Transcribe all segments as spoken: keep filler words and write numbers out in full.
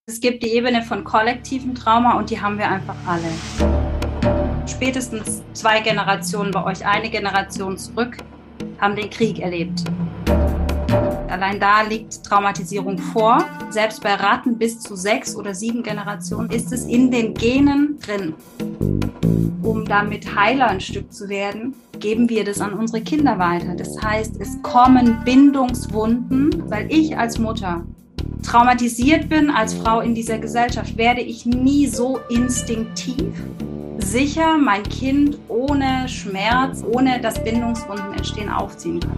Es gibt die Ebene von kollektivem Trauma und die haben wir einfach alle. Spätestens zwei Generationen bei euch, eine Generation zurück, haben den Krieg erlebt. Allein da liegt Traumatisierung vor. Selbst bei Ratten bis zu sechs oder sieben Generationen ist es in den Genen drin. Um damit heiler ein Stück zu werden, geben wir das an unsere Kinder weiter. Das heißt, es kommen Bindungswunden, weil ich als Mutter traumatisiert bin, als Frau in dieser Gesellschaft, werde ich nie so instinktiv sicher mein Kind ohne Schmerz, ohne dass Bindungswunden entstehen, aufziehen kann.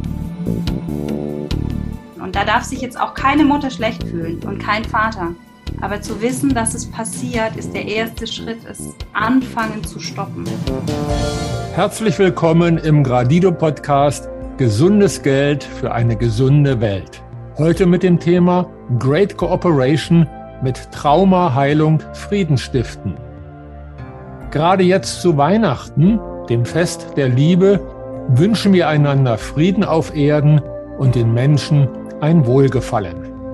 Und da darf sich jetzt auch keine Mutter schlecht fühlen und kein Vater. Aber zu wissen, dass es passiert, ist der erste Schritt, es anfangen zu stoppen. Herzlich willkommen im Gradido-Podcast Gesundes Geld für eine gesunde Welt. Heute mit dem Thema Great Cooperation mit Traumaheilung Frieden stiften. Gerade jetzt zu Weihnachten, dem Fest der Liebe, wünschen wir einander Frieden auf Erden und den Menschen ein Wohlgefallen.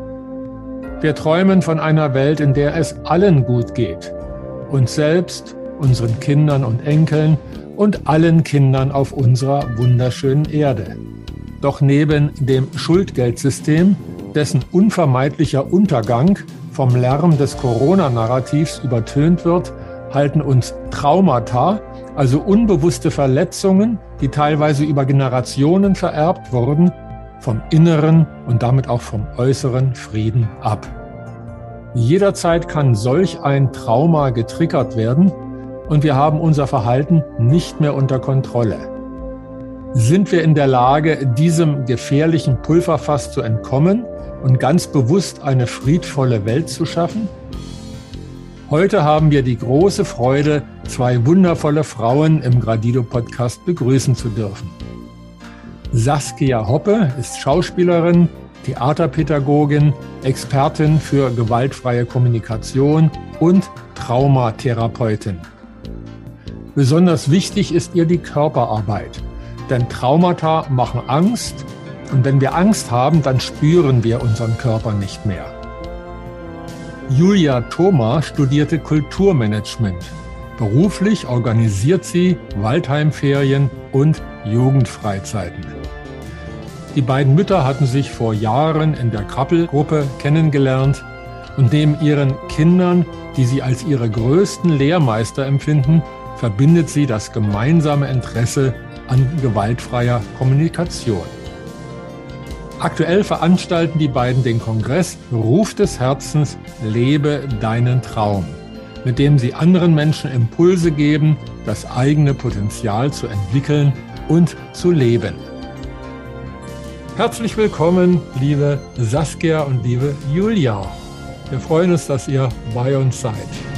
Wir träumen von einer Welt, in der es allen gut geht. Uns selbst, unseren Kindern und Enkeln und allen Kindern auf unserer wunderschönen Erde. Doch neben dem Schuldgeldsystem, dessen unvermeidlicher Untergang vom Lärm des Corona-Narrativs übertönt wird, halten uns Traumata, also unbewusste Verletzungen, die teilweise über Generationen vererbt wurden, vom inneren und damit auch vom äußeren Frieden ab. Jederzeit kann solch ein Trauma getriggert werden und wir haben unser Verhalten nicht mehr unter Kontrolle. Sind wir in der Lage, diesem gefährlichen Pulverfass zu entkommen und ganz bewusst eine friedvolle Welt zu schaffen? Heute haben wir die große Freude, zwei wundervolle Frauen im Gradido-Podcast begrüßen zu dürfen. Saskia Hoppe ist Schauspielerin, Theaterpädagogin, Expertin für gewaltfreie Kommunikation und Traumatherapeutin. Besonders wichtig ist ihr die Körperarbeit, denn Traumata machen Angst und wenn wir Angst haben, dann spüren wir unseren Körper nicht mehr. Julia Thoma studierte Kulturmanagement. Beruflich organisiert sie Waldheimferien und Jugendfreizeiten. Die beiden Mütter hatten sich vor Jahren in der Krabbelgruppe kennengelernt und neben ihren Kindern, die sie als ihre größten Lehrmeister empfinden, verbindet sie das gemeinsame Interesse an gewaltfreier Kommunikation. Aktuell veranstalten die beiden den Kongress Ruf des Herzens, lebe deinen Traum, mit dem sie anderen Menschen Impulse geben, das eigene Potenzial zu entwickeln und zu leben. Herzlich willkommen, liebe Saskia und liebe Julia. Wir freuen uns, dass ihr bei uns seid.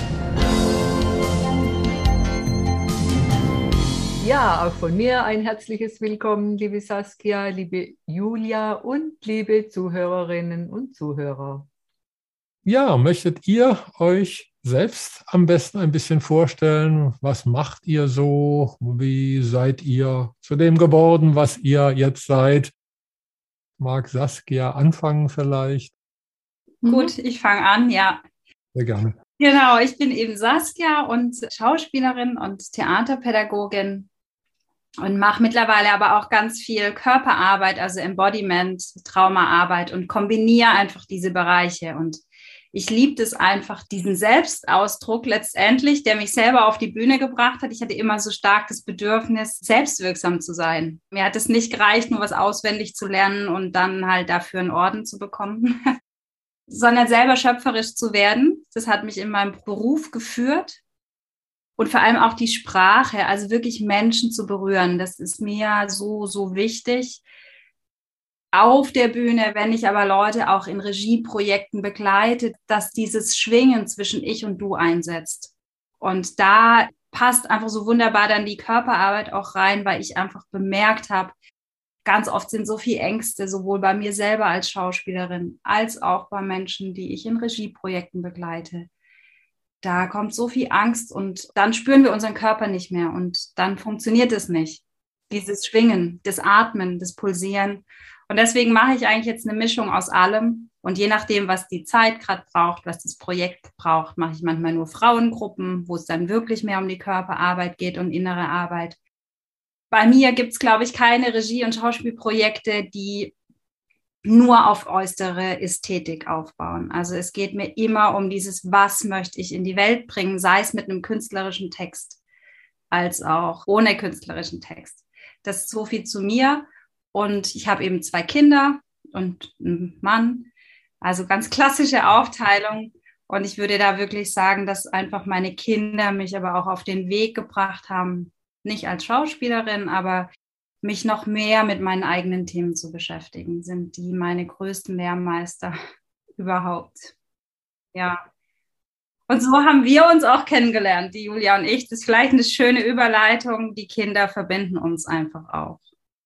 Ja, auch von mir ein herzliches Willkommen, liebe Saskia, liebe Julia und liebe Zuhörerinnen und Zuhörer. Ja, möchtet ihr euch selbst am besten ein bisschen vorstellen? Was macht ihr so? Wie seid ihr zu dem geworden, was ihr jetzt seid? Mag Saskia anfangen vielleicht? Gut, ich fange an, ja. Sehr gerne. Genau, ich bin eben Saskia und Schauspielerin und Theaterpädagogin und mache mittlerweile aber auch ganz viel Körperarbeit, also Embodiment, Traumaarbeit und kombiniere einfach diese Bereiche. Und ich liebe es einfach, diesen Selbstausdruck letztendlich, der mich selber auf die Bühne gebracht hat. Ich hatte immer so stark das Bedürfnis, selbstwirksam zu sein. Mir hat es nicht gereicht, nur was auswendig zu lernen und dann halt dafür einen Orden zu bekommen, sondern selber schöpferisch zu werden. Das hat mich in meinem Beruf geführt. Und vor allem auch die Sprache, also wirklich Menschen zu berühren. Das ist mir so, so wichtig. Auf der Bühne, wenn ich aber Leute auch in Regieprojekten begleite, dass dieses Schwingen zwischen Ich und Du einsetzt. Und da passt einfach so wunderbar dann die Körperarbeit auch rein, weil ich einfach bemerkt habe, ganz oft sind so viele Ängste, sowohl bei mir selber als Schauspielerin, als auch bei Menschen, die ich in Regieprojekten begleite. Da kommt so viel Angst und dann spüren wir unseren Körper nicht mehr und dann funktioniert es nicht. Dieses Schwingen, das Atmen, das Pulsieren. Und deswegen mache ich eigentlich jetzt eine Mischung aus allem Und je nachdem, was die Zeit gerade braucht, was das Projekt braucht, mache ich manchmal nur Frauengruppen, wo es dann wirklich mehr um die Körperarbeit geht und innere Arbeit. Bei mir gibt es, glaube ich, keine Regie- und Schauspielprojekte, die nur auf äußere Ästhetik aufbauen. Also es geht mir immer um dieses, was möchte ich in die Welt bringen, sei es mit einem künstlerischen Text als auch ohne künstlerischen Text. Das ist so viel zu mir. Und ich habe eben zwei Kinder und einen Mann. Also ganz klassische Aufteilung. Und ich würde da wirklich sagen, dass einfach meine Kinder mich aber auch auf den Weg gebracht haben, nicht als Schauspielerin, aber mich noch mehr mit meinen eigenen Themen zu beschäftigen, sind die meine größten Lehrmeister überhaupt. Ja. Und so haben wir uns auch kennengelernt, die Julia und ich. Das ist vielleicht eine schöne Überleitung. Die Kinder verbinden uns einfach auch.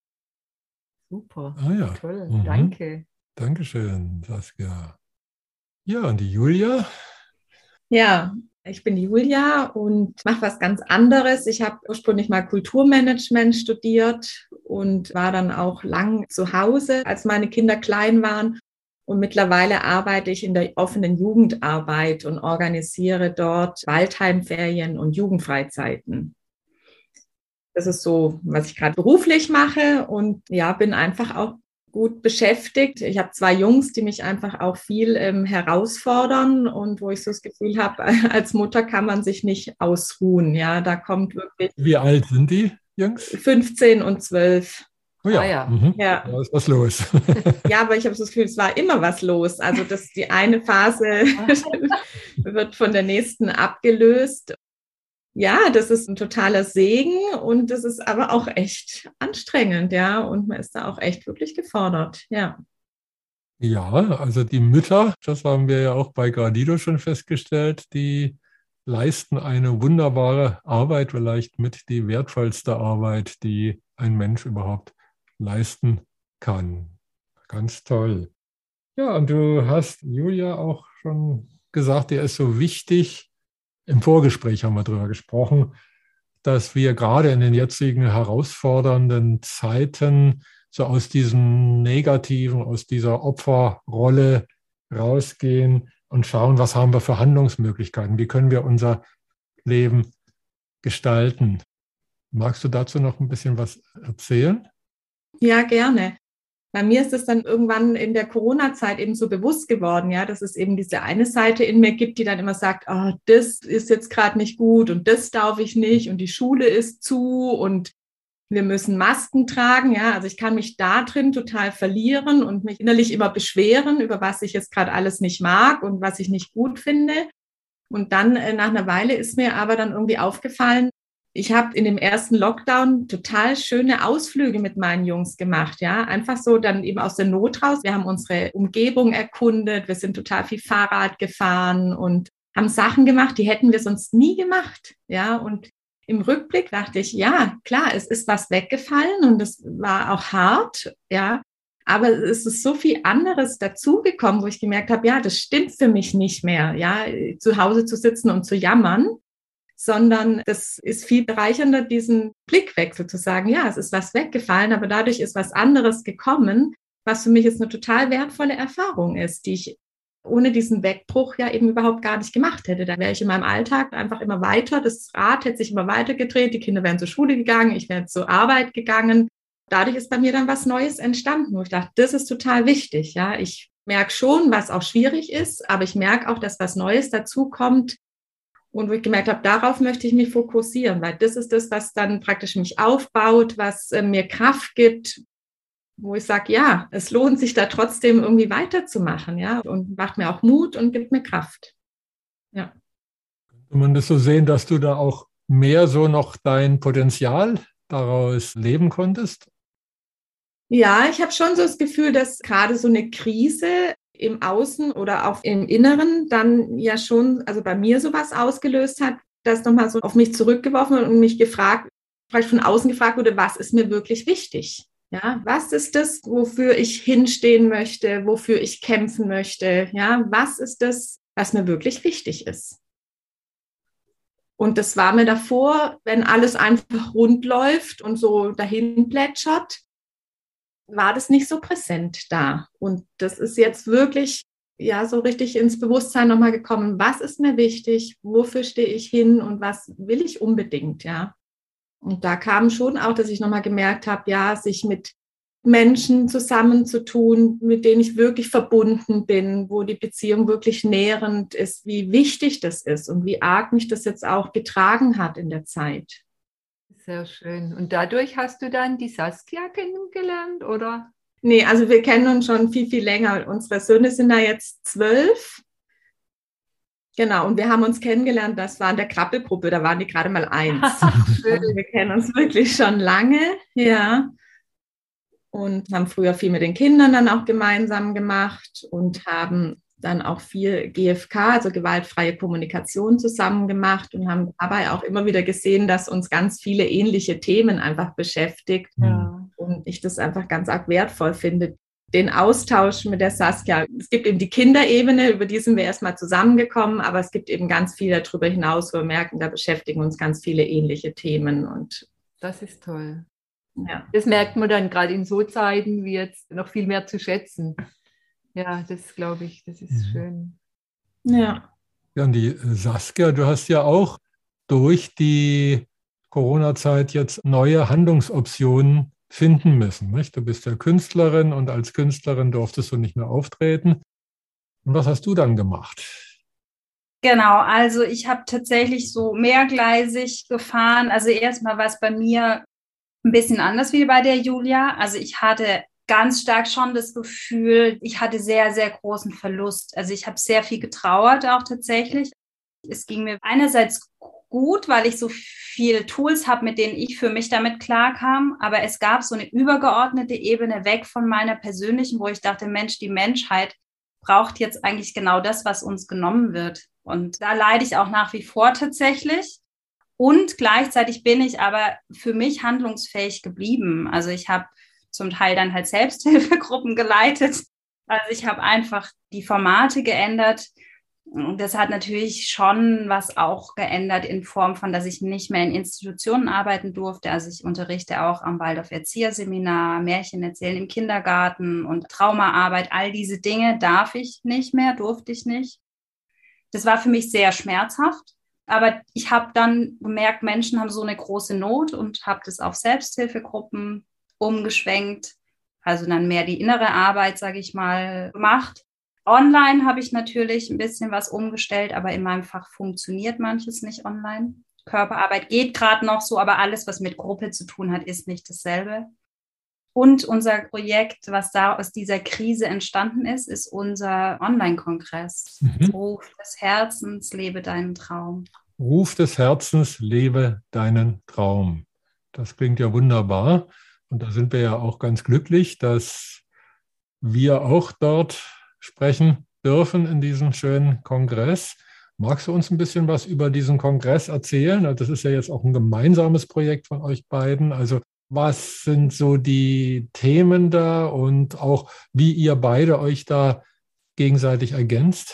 Super, Ah ja. toll, Mhm. danke. Dankeschön, Saskia. Ja, und die Julia? Ja, ich bin die Julia und mache was ganz anderes. Ich habe ursprünglich mal Kulturmanagement studiert und war dann auch lang zu Hause, als meine Kinder klein waren. Und mittlerweile arbeite ich in der offenen Jugendarbeit und organisiere dort Waldheimferien und Jugendfreizeiten. Das ist so, was ich gerade beruflich mache und ja, bin einfach auch gut beschäftigt. Ich habe zwei Jungs, die mich einfach auch viel ähm, herausfordern und wo ich so das Gefühl habe, als Mutter kann man sich nicht ausruhen. Ja, da kommt wirklich. Wie alt sind die Jungs? fünfzehn und zwölf. Oh ja, Ah ja. Mhm. Ja. Da ist was los. Ja, aber ich habe so das Gefühl, es war immer was los. Also das, die eine Phase wird von der nächsten abgelöst. Ja, das ist ein totaler Segen und das ist aber auch echt anstrengend, ja. Und man ist da auch echt wirklich gefordert, ja. Ja, also die Mütter, das haben wir ja auch bei Gradido schon festgestellt, die leisten eine wunderbare Arbeit, vielleicht mit die wertvollste Arbeit, die ein Mensch überhaupt leisten kann. Ganz toll. Ja, und du hast, Julia, auch schon gesagt, dir ist so wichtig, im Vorgespräch haben wir darüber gesprochen, dass wir gerade in den jetzigen herausfordernden Zeiten so aus diesem Negativen, aus dieser Opferrolle rausgehen und schauen, was haben wir für Handlungsmöglichkeiten, wie können wir unser Leben gestalten. Magst du dazu noch ein bisschen was erzählen? Ja, gerne. Bei mir ist es dann irgendwann in der Corona-Zeit eben so bewusst geworden, ja, dass es eben diese eine Seite in mir gibt, die dann immer sagt, oh, das ist jetzt gerade nicht gut und das darf ich nicht und die Schule ist zu und wir müssen Masken tragen, ja, also ich kann mich da drin total verlieren und mich innerlich immer beschweren, über was ich jetzt gerade alles nicht mag und was ich nicht gut finde. Und dann äh, nach einer Weile ist mir aber dann irgendwie aufgefallen, ich habe in dem ersten Lockdown total schöne Ausflüge mit meinen Jungs gemacht, ja, einfach so dann eben aus der Not raus. Wir haben unsere Umgebung erkundet, wir sind total viel Fahrrad gefahren und haben Sachen gemacht, die hätten wir sonst nie gemacht, ja, und im Rückblick dachte ich, ja, klar, es ist was weggefallen und es war auch hart, ja, aber es ist so viel anderes dazugekommen, wo ich gemerkt habe, ja, das stimmt für mich nicht mehr, ja, zu Hause zu sitzen und zu jammern, sondern das ist viel bereichernder, diesen Blickwechsel zu sagen, ja, es ist was weggefallen, aber dadurch ist was anderes gekommen, was für mich jetzt eine total wertvolle Erfahrung ist, die ich ohne diesen Wegbruch ja eben überhaupt gar nicht gemacht hätte. Da wäre ich in meinem Alltag einfach immer weiter, das Rad hätte sich immer weiter gedreht, die Kinder wären zur Schule gegangen, ich wäre zur Arbeit gegangen. Dadurch ist bei mir dann was Neues entstanden, wo ich dachte, das ist total wichtig. Ja, ich merke schon, was auch schwierig ist, aber ich merke auch, dass was Neues dazukommt und wo ich gemerkt habe, darauf möchte ich mich fokussieren, weil das ist das, was dann praktisch mich aufbaut, was äh, mir Kraft gibt, wo ich sage, ja, es lohnt sich da trotzdem irgendwie weiterzumachen, ja, und macht mir auch Mut und gibt mir Kraft. Ja. Kann man das so sehen, dass du da auch mehr so noch dein Potenzial daraus leben konntest? Ja, ich habe schon so das Gefühl, dass gerade so eine Krise im Außen oder auch im Inneren dann ja schon, also bei mir sowas ausgelöst hat, das nochmal so auf mich zurückgeworfen und mich gefragt, vielleicht von außen gefragt wurde, was ist mir wirklich wichtig? Ja, was ist das, wofür ich hinstehen möchte, wofür ich kämpfen möchte? Ja, was ist das, was mir wirklich wichtig ist? Und das war mir davor, wenn alles einfach rund läuft und so dahin plätschert, war das nicht so präsent da. Und das ist jetzt wirklich ja so richtig ins Bewusstsein nochmal gekommen, was ist mir wichtig, wofür stehe ich hin und was will ich unbedingt, ja. Und da kam schon auch, dass ich nochmal gemerkt habe, ja, sich mit Menschen zusammenzutun, mit denen ich wirklich verbunden bin, wo die Beziehung wirklich nährend ist, wie wichtig das ist und wie arg mich das jetzt auch getragen hat in der Zeit. Sehr schön. Und dadurch hast du dann die Saskia kennengelernt, oder? Nee, also wir kennen uns schon viel, viel länger. Unsere Söhne sind da jetzt zwölf. Genau, und wir haben uns kennengelernt, das war in der Krabbelgruppe, da waren die gerade mal eins. Also wir kennen uns wirklich schon lange, ja. Und haben früher viel mit den Kindern dann auch gemeinsam gemacht und haben dann auch viel G F K, also gewaltfreie Kommunikation, zusammen gemacht und haben dabei auch immer wieder gesehen, dass uns ganz viele ähnliche Themen einfach beschäftigt. Ja. Und ich das einfach ganz arg wertvoll finde, den Austausch mit der Saskia. Es gibt eben die Kinderebene, über die sind wir erstmal zusammengekommen, aber es gibt eben ganz viel darüber hinaus, wo wir merken, da beschäftigen uns ganz viele ähnliche Themen. Und das ist toll. Ja. Das merkt man dann gerade in so Zeiten wie jetzt noch viel mehr zu schätzen. Ja, das glaube ich, das ist mhm. schön. Ja. Ja, und die Saskia, du hast ja auch durch die Corona-Zeit jetzt neue Handlungsoptionen finden müssen. Nicht? Du bist ja Künstlerin und als Künstlerin durftest du nicht mehr auftreten. Und was hast du dann gemacht? Genau, also ich habe tatsächlich so mehrgleisig gefahren. Also erstmal war es bei mir ein bisschen anders wie bei der Julia. Also ich hatte ganz stark schon das Gefühl, ich hatte sehr, sehr großen Verlust. Also ich habe sehr viel getrauert auch tatsächlich. Es ging mir einerseits gut, weil ich so viele Tools habe, mit denen ich für mich damit klarkam. Aber es gab so eine übergeordnete Ebene weg von meiner persönlichen, wo ich dachte, Mensch, die Menschheit braucht jetzt eigentlich genau das, was uns genommen wird. Und da leide ich auch nach wie vor tatsächlich. Und gleichzeitig bin ich aber für mich handlungsfähig geblieben. Also ich habe zum Teil dann halt Selbsthilfegruppen geleitet. Also ich habe einfach die Formate geändert. Und das hat natürlich schon was auch geändert in Form von, dass ich nicht mehr in Institutionen arbeiten durfte. Also ich unterrichte auch am Waldorf Erzieherseminar, Märchen erzählen im Kindergarten und Traumaarbeit. All diese Dinge darf ich nicht mehr, durfte ich nicht. Das war für mich sehr schmerzhaft. Aber ich habe dann gemerkt, Menschen haben so eine große Not und habe das auf Selbsthilfegruppen umgeschwenkt. Also dann mehr die innere Arbeit, sage ich mal, gemacht. Online habe ich natürlich ein bisschen was umgestellt, aber in meinem Fach funktioniert manches nicht online. Körperarbeit geht gerade noch so, aber alles, was mit Gruppe zu tun hat, ist nicht dasselbe. Und unser Projekt, was da aus dieser Krise entstanden ist, ist unser Online-Kongress. Mhm. Ruf des Herzens, lebe deinen Traum. Ruf des Herzens, lebe deinen Traum. Das klingt ja wunderbar. Und da sind wir ja auch ganz glücklich, dass wir auch dort sprechen dürfen in diesem schönen Kongress. Magst du uns ein bisschen was über diesen Kongress erzählen? Das ist ja jetzt auch ein gemeinsames Projekt von euch beiden. Also was sind so die Themen da und auch wie ihr beide euch da gegenseitig ergänzt?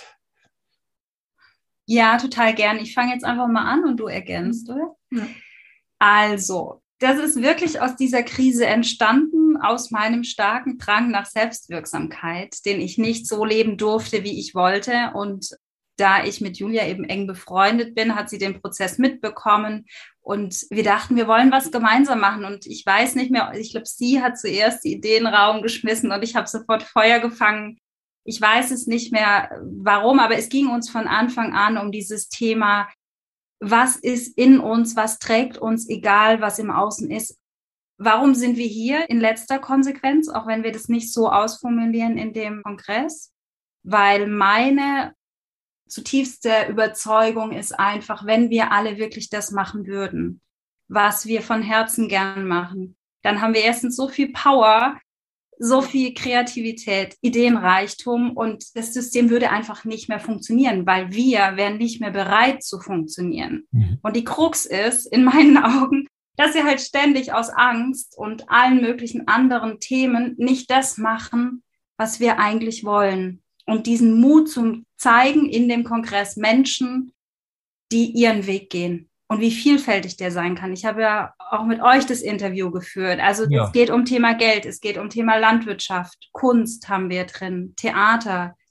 Ja, total gern. Ich fange jetzt einfach mal an und du ergänzt, oder? Ja. Also, das ist wirklich aus dieser Krise entstanden, aus meinem starken Drang nach Selbstwirksamkeit, den ich nicht so leben durfte, wie ich wollte. Und da ich mit Julia eben eng befreundet bin, hat sie den Prozess mitbekommen. Und wir dachten, wir wollen was gemeinsam machen. Und ich weiß nicht mehr, ich glaube, sie hat zuerst die Idee in den Raum geschmissen und ich habe sofort Feuer gefangen. Ich weiß es nicht mehr, warum, aber es ging uns von Anfang an um dieses Thema, was ist in uns, was trägt uns, egal was im Außen ist. Warum sind wir hier in letzter Konsequenz, auch wenn wir das nicht so ausformulieren in dem Kongress? Weil meine zutiefste Überzeugung ist einfach, wenn wir alle wirklich das machen würden, was wir von Herzen gern machen, dann haben wir erstens so viel Power, so viel Kreativität, Ideenreichtum und das System würde einfach nicht mehr funktionieren, weil wir wären nicht mehr bereit zu funktionieren. Mhm. Und die Krux ist, in meinen Augen, dass wir halt ständig aus Angst und allen möglichen anderen Themen nicht das machen, was wir eigentlich wollen. Und diesen Mut zu zeigen in dem Kongress Menschen, die ihren Weg gehen. Und wie vielfältig der sein kann. Ich habe ja auch mit euch das Interview geführt. Also ja. Es geht um Thema Geld, es geht um Thema Landwirtschaft, Kunst haben wir drin, Theater,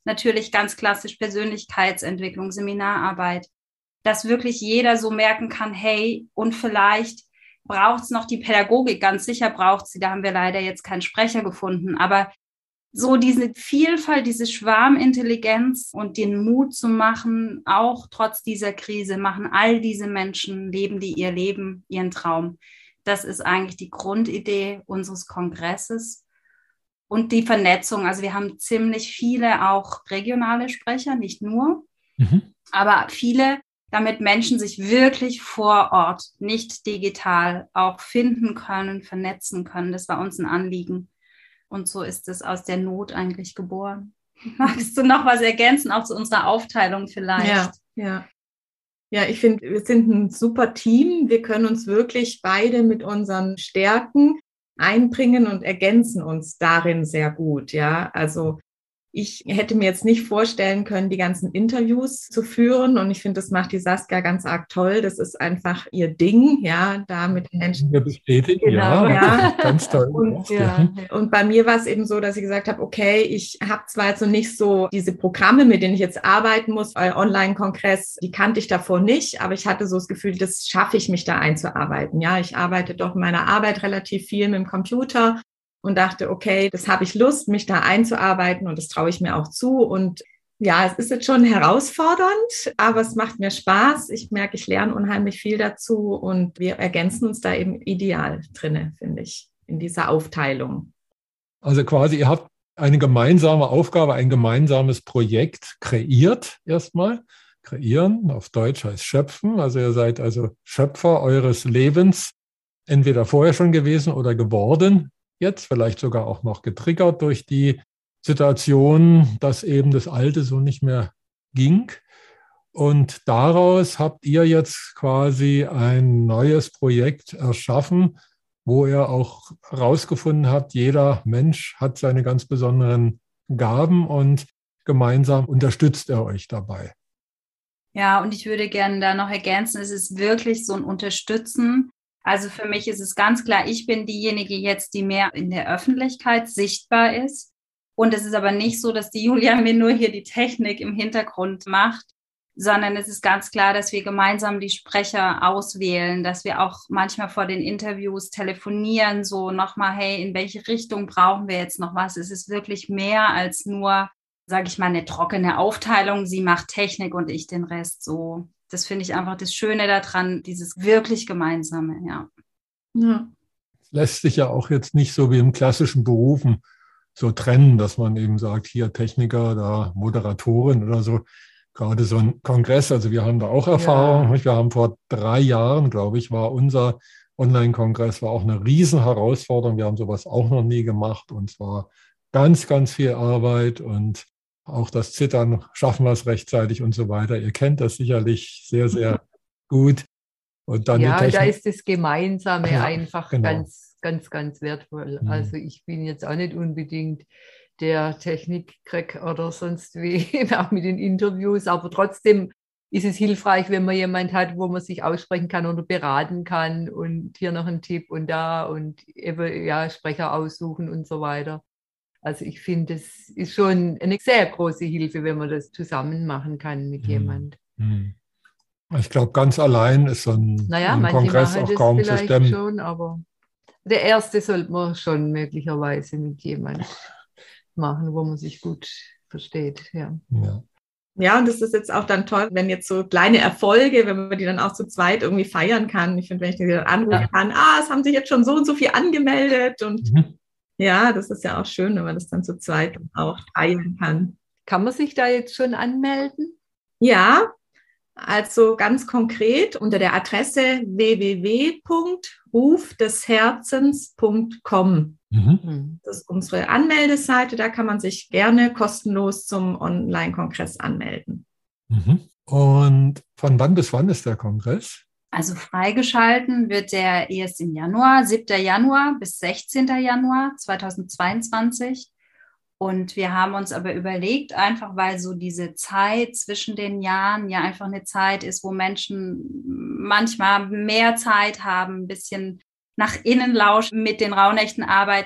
natürlich ganz klassisch Persönlichkeitsentwicklung, Seminararbeit, dass wirklich jeder so merken kann, hey, und vielleicht braucht es noch die Pädagogik, ganz sicher braucht sie, da haben wir leider jetzt keinen Sprecher gefunden, aber so diese Vielfalt, diese Schwarmintelligenz und den Mut zu machen, auch trotz dieser Krise, machen all diese Menschen, leben die ihr Leben, ihren Traum. Das ist eigentlich die Grundidee unseres Kongresses. Und die Vernetzung, also wir haben ziemlich viele auch regionale Sprecher, nicht nur, mhm. aber viele, damit Menschen sich wirklich vor Ort, nicht digital, auch finden können, vernetzen können. Das war uns ein Anliegen. Und so ist es aus der Not eigentlich geboren. Magst du noch was ergänzen, auch zu unserer Aufteilung vielleicht? Ja, ja. Ja, ich finde, wir sind ein super Team. Wir können uns wirklich beide mit unseren Stärken einbringen und ergänzen uns darin sehr gut. Ja, also ich hätte mir jetzt nicht vorstellen können, die ganzen Interviews zu führen. Und ich finde, das macht die Saskia ganz arg toll. Das ist einfach ihr Ding, ja, da mit den Menschen. Wir bestätigen, genau, ja, ja. Ganz toll. Und, ja. und bei mir war es eben so, dass ich gesagt habe, okay, ich habe zwar jetzt noch nicht so diese Programme, mit denen ich jetzt arbeiten muss, weil Online-Kongress, die kannte ich davor nicht, aber ich hatte so das Gefühl, das schaffe ich, mich da einzuarbeiten. Ja, ich arbeite doch in meiner Arbeit relativ viel mit dem Computer. Und dachte, okay, das habe ich Lust, mich da einzuarbeiten und das traue ich mir auch zu. Und ja, es ist jetzt schon herausfordernd, aber es macht mir Spaß. Ich merke, ich lerne unheimlich viel dazu und wir ergänzen uns da eben ideal drinne, finde ich, in dieser Aufteilung. Also quasi, ihr habt eine gemeinsame Aufgabe, ein gemeinsames Projekt kreiert erstmal. Kreieren, auf Deutsch heißt schöpfen. Also ihr seid also Schöpfer eures Lebens, entweder vorher schon gewesen oder geworden. Jetzt vielleicht sogar auch noch getriggert durch die Situation, dass eben das Alte so nicht mehr ging. Und daraus habt ihr jetzt quasi ein neues Projekt erschaffen, wo ihr auch herausgefunden habt, jeder Mensch hat seine ganz besonderen Gaben und gemeinsam unterstützt er euch dabei. Ja, und ich würde gerne da noch ergänzen, es ist wirklich so ein Unterstützen. Also für mich ist es ganz klar, ich bin diejenige jetzt, die mehr in der Öffentlichkeit sichtbar ist. Und es ist aber nicht so, dass die Julia mir nur hier die Technik im Hintergrund macht, sondern es ist ganz klar, dass wir gemeinsam die Sprecher auswählen, dass wir auch manchmal vor den Interviews telefonieren, so nochmal, hey, in welche Richtung brauchen wir jetzt noch was? Es ist wirklich mehr als nur, sage ich mal, eine trockene Aufteilung. Sie macht Technik und ich den Rest so. Das finde ich einfach das Schöne daran, dieses wirklich Gemeinsame, ja. Ja. Es lässt sich ja auch jetzt nicht so wie im klassischen Berufen so trennen, dass man eben sagt, hier Techniker, da Moderatorin oder so. Gerade so ein Kongress, also wir haben da auch Erfahrung. Ja. Wir haben vor drei Jahren, glaube ich, war unser Online-Kongress, war auch eine Riesenherausforderung. Wir haben sowas auch noch nie gemacht und es war ganz, ganz viel Arbeit und auch das Zittern, schaffen wir es rechtzeitig und so weiter. Ihr kennt das sicherlich sehr, sehr gut. Und dann ja, die Technik. Da ist das Gemeinsame ja, einfach genau. ganz, ganz, ganz wertvoll. Mhm. Also ich bin jetzt auch nicht unbedingt der Technik-Crack oder sonst wie, auch mit den Interviews, aber trotzdem ist es hilfreich, wenn man jemand hat, wo man sich aussprechen kann oder beraten kann und hier noch ein Tipp und da und eben ja, Sprecher aussuchen und so weiter. Also ich finde, es ist schon eine sehr große Hilfe, wenn man das zusammen machen kann mit hm. jemand. Ich glaube, ganz allein ist so ein, naja, ein Kongress auch kaum zu stemmen. Schon, aber der erste sollte man schon möglicherweise mit jemandem machen, wo man sich gut versteht. Ja. Ja. Ja, und das ist jetzt auch dann toll, wenn jetzt so kleine Erfolge, wenn man die dann auch zu zweit irgendwie feiern kann. Ich finde, wenn ich die dann anrufen ja. kann, ah, es haben sich jetzt schon so und so viel angemeldet und mhm. ja, das ist ja auch schön, wenn man das dann zu zweit auch teilen kann. Kann man sich da jetzt schon anmelden? Ja, also ganz konkret unter der Adresse w w w punkt ruf des herzens punkt com. Mhm. Das ist unsere Anmeldeseite, da kann man sich gerne kostenlos zum Online-Kongress anmelden. Mhm. Und von wann bis wann ist der Kongress? Also freigeschalten wird der erst im Januar, siebter Januar bis sechzehnter Januar zweitausendzweiundzwanzig. Und wir haben uns aber überlegt, einfach weil so diese Zeit zwischen den Jahren ja einfach eine Zeit ist, wo Menschen manchmal mehr Zeit haben, ein bisschen nach innen lauschen, mit den Rauhnächten arbeiten,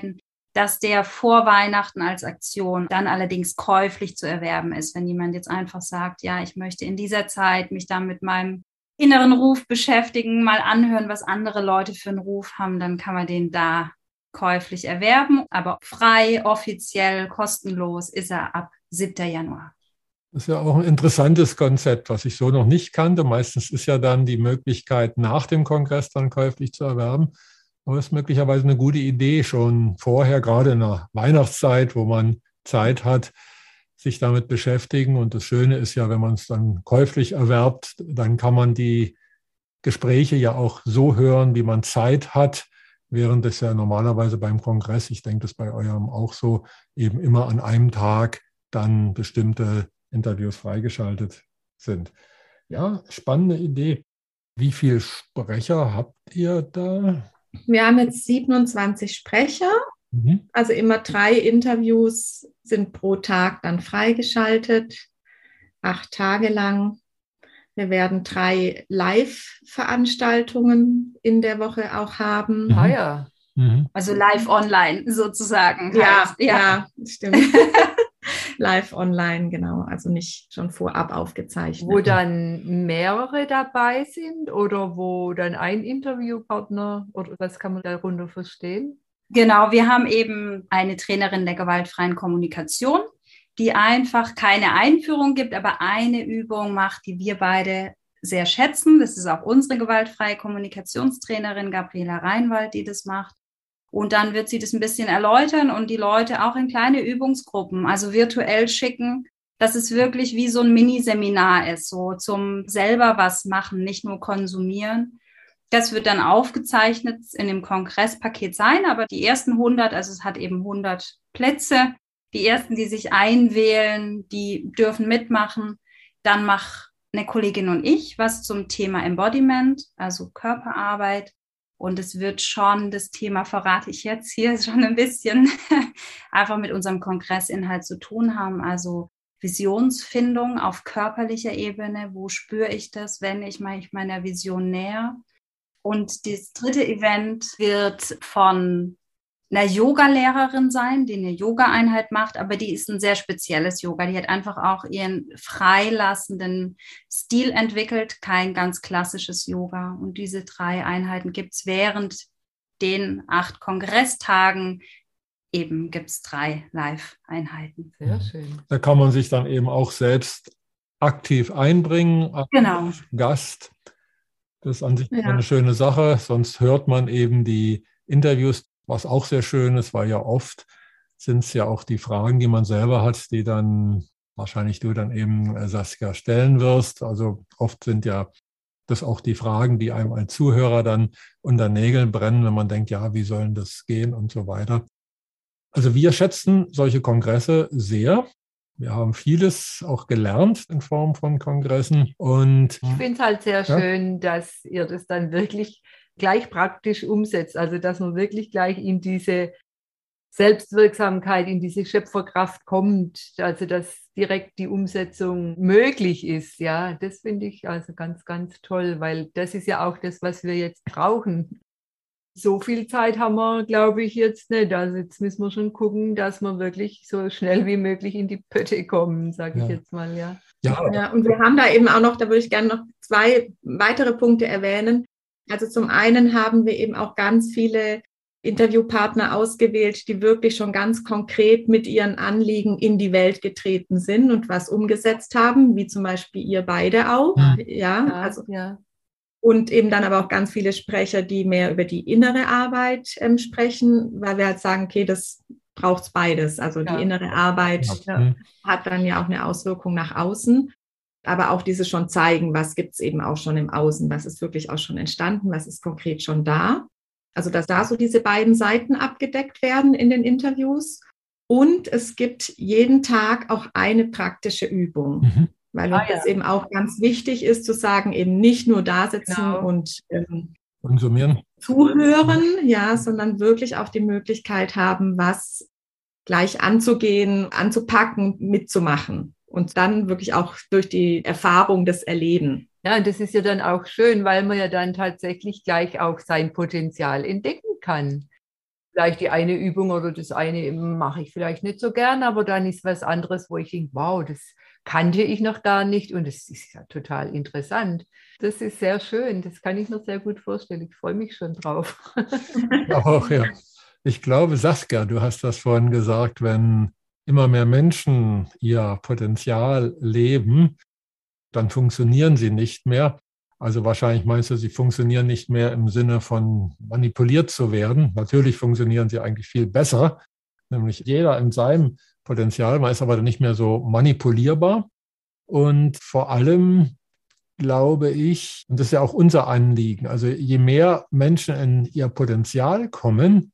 dass der vor Weihnachten als Aktion dann allerdings käuflich zu erwerben ist. Wenn jemand jetzt einfach sagt, ja, ich möchte in dieser Zeit mich dann mit meinem inneren Ruf beschäftigen, mal anhören, was andere Leute für einen Ruf haben, dann kann man den da käuflich erwerben. Aber frei, offiziell, kostenlos ist er ab siebten Januar. Das ist ja auch ein interessantes Konzept, was ich so noch nicht kannte. Meistens ist ja dann die Möglichkeit, nach dem Kongress dann käuflich zu erwerben. Aber es ist möglicherweise eine gute Idee, schon vorher, gerade in der Weihnachtszeit, wo man Zeit hat, sich damit beschäftigen. Und das Schöne ist ja, wenn man es dann käuflich erwerbt, dann kann man die Gespräche ja auch so hören, wie man Zeit hat, während es ja normalerweise beim Kongress, ich denke, das ist bei eurem auch so, eben immer an einem Tag dann bestimmte Interviews freigeschaltet sind. Ja, spannende Idee. Wie viele Sprecher habt ihr da? Wir haben jetzt siebenundzwanzig Sprecher, mhm. also immer drei Interviews sind pro Tag dann freigeschaltet, acht Tage lang. Wir werden drei Live-Veranstaltungen in der Woche auch haben. Mhm. Ah ja. Mhm. Also live online sozusagen. Ja, heißt. ja, ja, stimmt. Live online, genau, also nicht schon vorab aufgezeichnet. Wo dann mehrere dabei sind oder wo dann ein Interviewpartner, oder was kann man darunter verstehen? Genau, wir haben eben eine Trainerin der gewaltfreien Kommunikation, die einfach keine Einführung gibt, aber eine Übung macht, die wir beide sehr schätzen. Das ist auch unsere gewaltfreie Kommunikationstrainerin Gabriela Reinwald, die das macht. Und dann wird sie das ein bisschen erläutern und die Leute auch in kleine Übungsgruppen, also virtuell schicken, dass es wirklich wie so ein Mini-Seminar ist, so zum selber was machen, nicht nur konsumieren. Das wird dann aufgezeichnet in dem Kongresspaket sein, aber die ersten hundert, also es hat eben hundert Plätze, die ersten, die sich einwählen, die dürfen mitmachen. Dann mache eine Kollegin und ich was zum Thema Embodiment, also Körperarbeit. Und es wird schon, das Thema verrate ich jetzt hier, schon ein bisschen einfach mit unserem Kongressinhalt zu tun haben. Also Visionsfindung auf körperlicher Ebene. Wo spüre ich das, wenn ich mich meiner Vision näher? Und das dritte Event wird von einer Yoga-Lehrerin sein, die eine Yoga-Einheit macht, aber die ist ein sehr spezielles Yoga. Die hat einfach auch ihren freilassenden Stil entwickelt, kein ganz klassisches Yoga. Und diese drei Einheiten gibt es während den acht Kongresstagen. Eben gibt es drei Live-Einheiten. Sehr schön. Da kann man sich dann eben auch selbst aktiv einbringen als genau. Gast. Das ist an sich ja. eine schöne Sache. Sonst hört man eben die Interviews, was auch sehr schön ist, weil ja oft sind es ja auch die Fragen, die man selber hat, die dann wahrscheinlich du dann eben, Saskia, stellen wirst. Also oft sind ja das auch die Fragen, die einem als Zuhörer dann unter Nägeln brennen, wenn man denkt, ja, wie soll das gehen und so weiter. Also wir schätzen solche Kongresse sehr. Wir haben vieles auch gelernt in Form von Kongressen. Und ich finde es halt sehr ja. schön, dass ihr das dann wirklich gleich praktisch umsetzt. Also dass man wirklich gleich in diese Selbstwirksamkeit, in diese Schöpferkraft kommt. Also dass direkt die Umsetzung möglich ist. Ja, das finde ich also ganz, ganz toll, weil das ist ja auch das, was wir jetzt brauchen. So viel Zeit haben wir, glaube ich, jetzt nicht. Also jetzt müssen wir schon gucken, dass wir wirklich so schnell wie möglich in die Pötte kommen, sage ja. ich jetzt mal, ja. Ja. ja. Und wir haben da eben auch noch, da würde ich gerne noch zwei weitere Punkte erwähnen. Also zum einen haben wir eben auch ganz viele Interviewpartner ausgewählt, die wirklich schon ganz konkret mit ihren Anliegen in die Welt getreten sind und was umgesetzt haben, wie zum Beispiel ihr beide auch. Ja, ja, ja also ja. Und eben dann aber auch ganz viele Sprecher, die mehr über die innere Arbeit ähm, sprechen, weil wir halt sagen, okay, das braucht beides. Also ja. die innere Arbeit ja. hat dann ja auch eine Auswirkung nach außen, aber auch dieses schon zeigen, was gibt es eben auch schon im Außen, was ist wirklich auch schon entstanden, was ist konkret schon da. Also dass da so diese beiden Seiten abgedeckt werden in den Interviews. Und es gibt jeden Tag auch eine praktische Übung. Mhm. Weil uns ah, ja. das eben auch ganz wichtig ist, zu sagen, eben nicht nur da sitzen genau. und ähm, konsumieren, zuhören, ja, sondern wirklich auch die Möglichkeit haben, was gleich anzugehen, anzupacken, mitzumachen und dann wirklich auch durch die Erfahrung das Erleben. Ja, und das ist ja dann auch schön, weil man ja dann tatsächlich gleich auch sein Potenzial entdecken kann. vielleicht die eine Übung oder das eine mache ich vielleicht nicht so gern, aber dann ist was anderes, wo ich denke, wow, das kannte ich noch gar nicht und das ist ja total interessant. Das ist sehr schön, das kann ich mir sehr gut vorstellen. Ich freue mich schon drauf. Auch, ja. Ich glaube, Saskia, du hast das vorhin gesagt, wenn immer mehr Menschen ihr Potenzial leben, dann funktionieren sie nicht mehr. Also wahrscheinlich meinst du, sie funktionieren nicht mehr im Sinne von manipuliert zu werden. Natürlich funktionieren sie eigentlich viel besser, nämlich jeder in seinem Potenzial. Man ist aber nicht mehr so manipulierbar. Und vor allem glaube ich, und das ist ja auch unser Anliegen, also je mehr Menschen in ihr Potenzial kommen,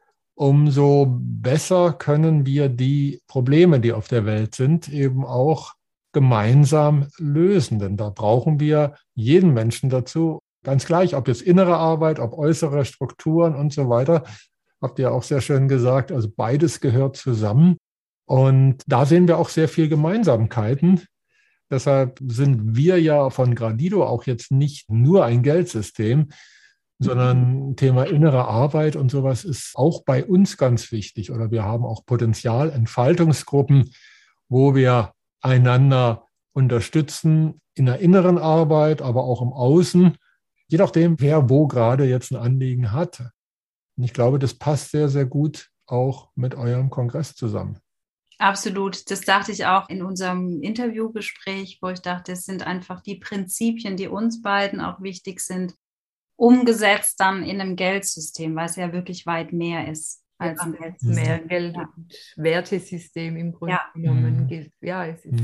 umso besser können wir die Probleme, die auf der Welt sind, eben auch gemeinsam lösen. Denn da brauchen wir jeden Menschen dazu, ganz gleich, ob jetzt innere Arbeit, ob äußere Strukturen und so weiter. Habt ihr auch sehr schön gesagt, also beides gehört zusammen. Und da sehen wir auch sehr viel Gemeinsamkeiten. Deshalb sind wir ja von Gradido auch jetzt nicht nur ein Geldsystem, sondern Thema innere Arbeit und sowas ist auch bei uns ganz wichtig. Oder wir haben auch Potenzialentfaltungsgruppen, wo wir einander unterstützen in der inneren Arbeit, aber auch im Außen, je nachdem, wer wo gerade jetzt ein Anliegen hat. Und ich glaube, das passt sehr, sehr gut auch mit eurem Kongress zusammen. Absolut. Das dachte ich auch in unserem Interviewgespräch, wo ich dachte, es sind einfach die Prinzipien, die uns beiden auch wichtig sind, umgesetzt dann in einem Geldsystem, weil es ja wirklich weit mehr ist als ein Geldsystem. Mehr Geld- ja. und Wertesystem im Grunde ja. genommen gilt. Ja, es ist.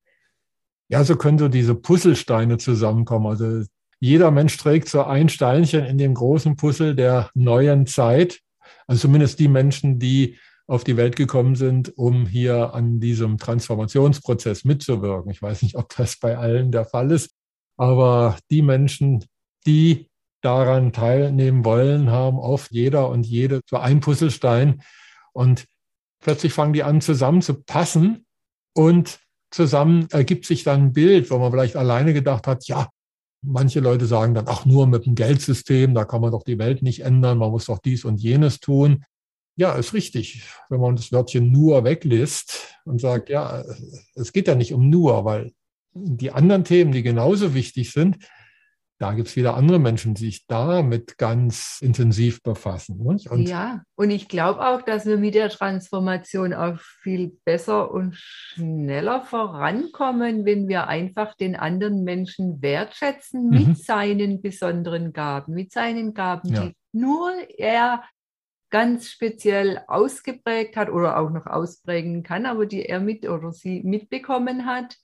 Ja, so können so diese Puzzlesteine zusammenkommen. Also jeder Mensch trägt so ein Steinchen in dem großen Puzzle der neuen Zeit. Also zumindest die Menschen, die auf die Welt gekommen sind, um hier an diesem Transformationsprozess mitzuwirken. Ich weiß nicht, ob das bei allen der Fall ist, aber die Menschen, die daran teilnehmen wollen, haben oft jeder und jede so einen Puzzlestein und plötzlich fangen die an zusammen zu passen und zusammen ergibt sich dann ein Bild, wo man vielleicht alleine gedacht hat, ja, manche Leute sagen dann, ach, nur mit dem Geldsystem, da kann man doch die Welt nicht ändern, man muss doch dies und jenes tun. Ja, ist richtig, wenn man das Wörtchen nur weglässt und sagt, ja, es geht ja nicht um nur, weil die anderen Themen, die genauso wichtig sind, da gibt es wieder andere Menschen, die sich damit ganz intensiv befassen. Und ja, und ich glaube auch, dass wir mit der Transformation auch viel besser und schneller vorankommen, wenn wir einfach den anderen Menschen wertschätzen mit mhm. seinen besonderen Gaben, mit seinen Gaben, ja. die nur er ganz speziell ausgeprägt hat oder auch noch ausprägen kann, aber die er mit oder sie mitbekommen hat.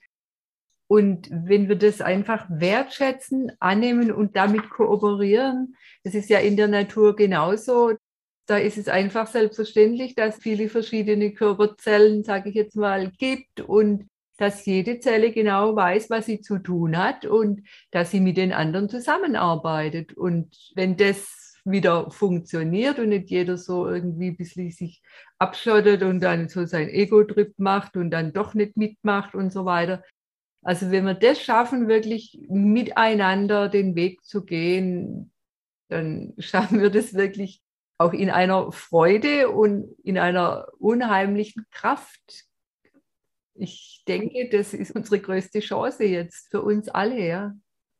Und wenn wir das einfach wertschätzen, annehmen und damit kooperieren, das ist ja in der Natur genauso, da ist es einfach selbstverständlich, dass es viele verschiedene Körperzellen, sage ich jetzt mal, gibt und dass jede Zelle genau weiß, was sie zu tun hat und dass sie mit den anderen zusammenarbeitet. Und wenn das wieder funktioniert und nicht jeder so irgendwie ein bisschen sich abschottet und dann so sein Ego-Trip macht und dann doch nicht mitmacht und so weiter. Also wenn wir das schaffen, wirklich miteinander den Weg zu gehen, dann schaffen wir das wirklich auch in einer Freude und in einer unheimlichen Kraft. Ich denke, das ist unsere größte Chance jetzt für uns alle. Ja.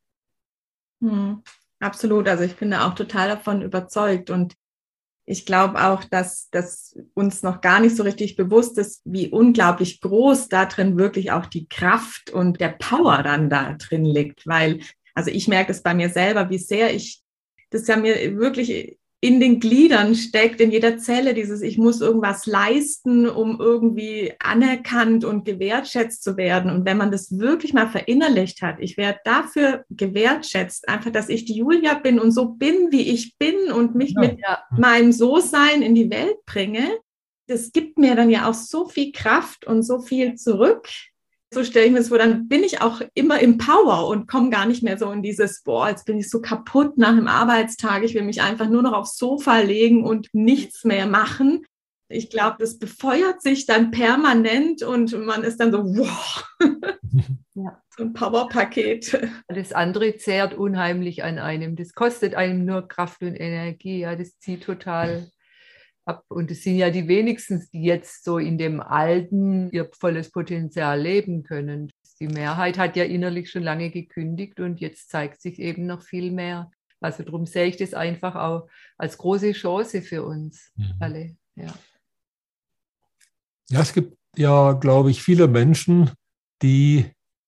Hm, absolut, also ich bin da auch total davon überzeugt und ich glaube auch, dass, dass uns noch gar nicht so richtig bewusst ist, wie unglaublich groß da drin wirklich auch die Kraft und der Power dann da drin liegt. Weil, also ich merke es bei mir selber, wie sehr ich, das ja mir wirklich in den Gliedern steckt, in jeder Zelle, dieses, ich muss irgendwas leisten, um irgendwie anerkannt und gewertschätzt zu werden. Und wenn man das wirklich mal verinnerlicht hat, ich werde dafür gewertschätzt, einfach, dass ich die Julia bin und so bin, wie ich bin und mich ja. mit meinem So-Sein in die Welt bringe, das gibt mir dann ja auch so viel Kraft und so viel zurück. So stelle ich mir das vor, dann bin ich auch immer im Power und komme gar nicht mehr so in dieses, boah, jetzt bin ich so kaputt nach einem Arbeitstag, ich will mich einfach nur noch aufs Sofa legen und nichts mehr machen. Ich glaube, das befeuert sich dann permanent und man ist dann so, wow, ja. so ein Powerpaket. Das andere zehrt unheimlich an einem, das kostet einem nur Kraft und Energie, ja, das zieht total ab. Und es sind ja die wenigsten, die jetzt so in dem Alten ihr volles Potenzial leben können. Die Mehrheit hat ja innerlich schon lange gekündigt und jetzt zeigt sich eben noch viel mehr. Also darum sehe ich das einfach auch als große Chance für uns mhm. alle. Ja. Ja, es gibt ja, glaube ich, viele Menschen, die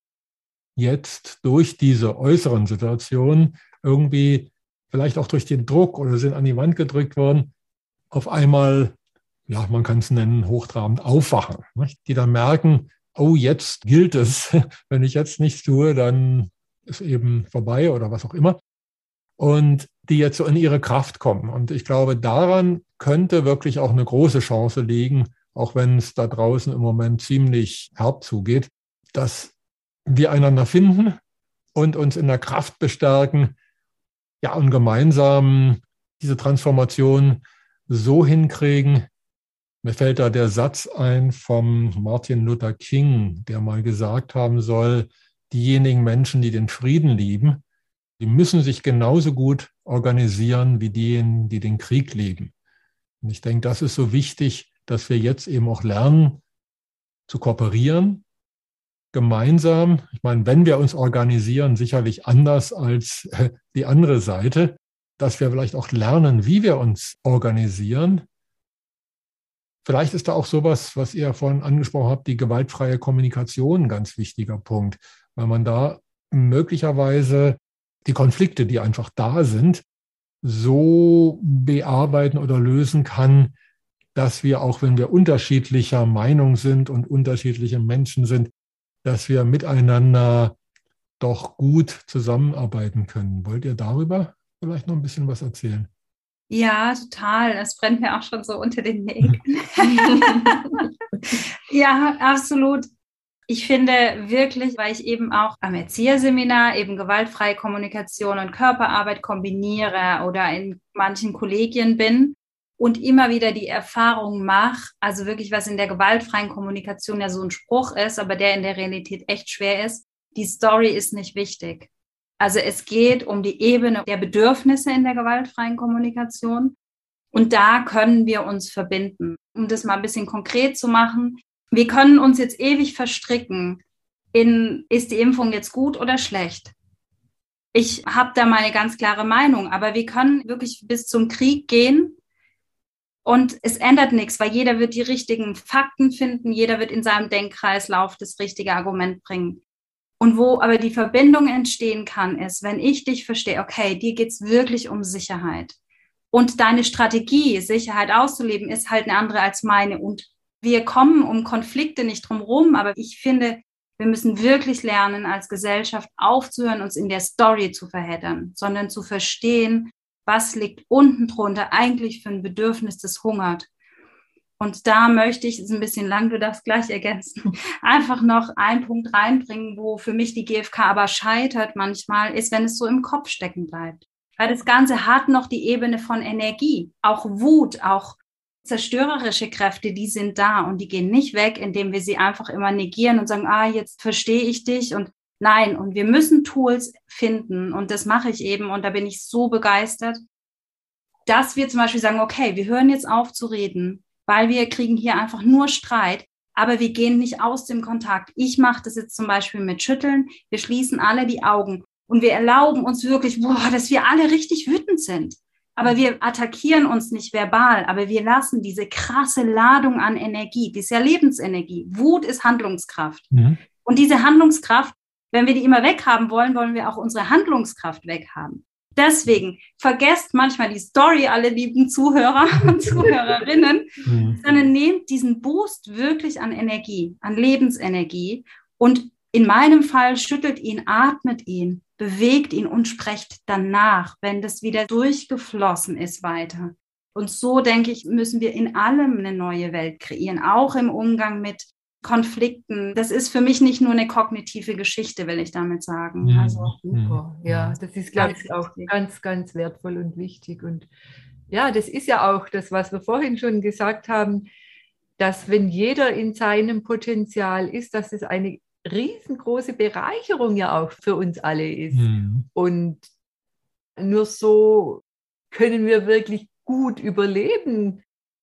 jetzt durch diese äußeren Situationen irgendwie, vielleicht auch durch den Druck oder sind an die Wand gedrückt worden, auf einmal, ja, man kann es nennen, hochtrabend aufwachen. Nicht? Die dann merken, oh, jetzt gilt es, wenn ich jetzt nichts tue, dann ist eben vorbei oder was auch immer. Und die jetzt so in ihre Kraft kommen. Und ich glaube, daran könnte wirklich auch eine große Chance liegen, auch wenn es da draußen im Moment ziemlich herb zugeht, dass wir einander finden und uns in der Kraft bestärken, ja, und gemeinsam diese Transformation so hinkriegen. Mir fällt da der Satz ein vom Martin Luther King, der mal gesagt haben soll, diejenigen Menschen, die den Frieden lieben, die müssen sich genauso gut organisieren wie diejenigen, die den Krieg lieben. Und ich denke, das ist so wichtig, dass wir jetzt eben auch lernen, zu kooperieren, gemeinsam. Ich meine, wenn wir uns organisieren, sicherlich anders als die andere Seite, dass wir vielleicht auch lernen, wie wir uns organisieren. Vielleicht ist da auch sowas, was ihr vorhin angesprochen habt, die gewaltfreie Kommunikation ein ganz wichtiger Punkt, weil man da möglicherweise die Konflikte, die einfach da sind, so bearbeiten oder lösen kann, dass wir, auch wenn wir unterschiedlicher Meinung sind und unterschiedliche Menschen sind, dass wir miteinander doch gut zusammenarbeiten können. Wollt ihr darüber vielleicht noch ein bisschen was erzählen? Ja, total. Das brennt mir auch schon so unter den Nägeln. Ja, absolut. Ich finde wirklich, weil ich eben auch am Erzieherseminar eben gewaltfreie Kommunikation und Körperarbeit kombiniere oder in manchen Kollegien bin und immer wieder die Erfahrung mache, also wirklich, was in der gewaltfreien Kommunikation ja so ein Spruch ist, aber der in der Realität echt schwer ist, die Story ist nicht wichtig. Also es geht um die Ebene der Bedürfnisse in der gewaltfreien Kommunikation und da können wir uns verbinden. Um das mal ein bisschen konkret zu machen, wir können uns jetzt ewig verstricken in, ist die Impfung jetzt gut oder schlecht? Ich habe da meine ganz klare Meinung, aber wir können wirklich bis zum Krieg gehen und es ändert nichts, weil jeder wird die richtigen Fakten finden, jeder wird in seinem Denkkreislauf das richtige Argument bringen. Und wo aber die Verbindung entstehen kann, ist, wenn ich dich verstehe, okay, dir geht's wirklich um Sicherheit. Und deine Strategie, Sicherheit auszuleben, ist halt eine andere als meine. Und wir kommen um Konflikte nicht drum rum, aber ich finde, wir müssen wirklich lernen, als Gesellschaft aufzuhören, uns in der Story zu verheddern, sondern zu verstehen, was liegt unten drunter eigentlich für ein Bedürfnis, das hungert. Und da möchte ich, ist ein bisschen lang, du darfst gleich ergänzen, einfach noch einen Punkt reinbringen, wo für mich die G f K aber scheitert manchmal, ist, wenn es so im Kopf stecken bleibt. Weil das Ganze hat noch die Ebene von Energie, auch Wut, auch zerstörerische Kräfte, die sind da und die gehen nicht weg, indem wir sie einfach immer negieren und sagen, ah, jetzt verstehe ich dich und nein, und wir müssen Tools finden und das mache ich eben und da bin ich so begeistert, dass wir zum Beispiel sagen, okay, wir hören jetzt auf zu reden, weil wir kriegen hier einfach nur Streit, aber wir gehen nicht aus dem Kontakt. Ich mache das jetzt zum Beispiel mit Schütteln, wir schließen alle die Augen und wir erlauben uns wirklich, boah, dass wir alle richtig wütend sind. Aber wir attackieren uns nicht verbal, aber wir lassen diese krasse Ladung an Energie, die ist ja Lebensenergie. Wut ist Handlungskraft. Mhm. Und diese Handlungskraft, wenn wir die immer weghaben wollen, wollen wir auch unsere Handlungskraft weghaben. Deswegen vergesst manchmal die Story, alle lieben Zuhörer und Zuhörerinnen, mhm. sondern nehmt diesen Boost wirklich an Energie, an Lebensenergie und in meinem Fall schüttelt ihn, atmet ihn, bewegt ihn und sprecht danach, wenn das wieder durchgeflossen ist, weiter. Und so, denke ich, müssen wir in allem eine neue Welt kreieren, auch im Umgang mit Konflikten. Das ist für mich nicht nur eine kognitive Geschichte, will ich damit sagen. Ja, also, super. Ja, das ist, glaube ich, auch ganz, ganz wertvoll und wichtig. Und ja, das ist ja auch das, was wir vorhin schon gesagt haben, dass wenn jeder in seinem Potenzial ist, dass es eine riesengroße Bereicherung ja auch für uns alle ist. Mhm. Und nur so können wir wirklich gut überleben,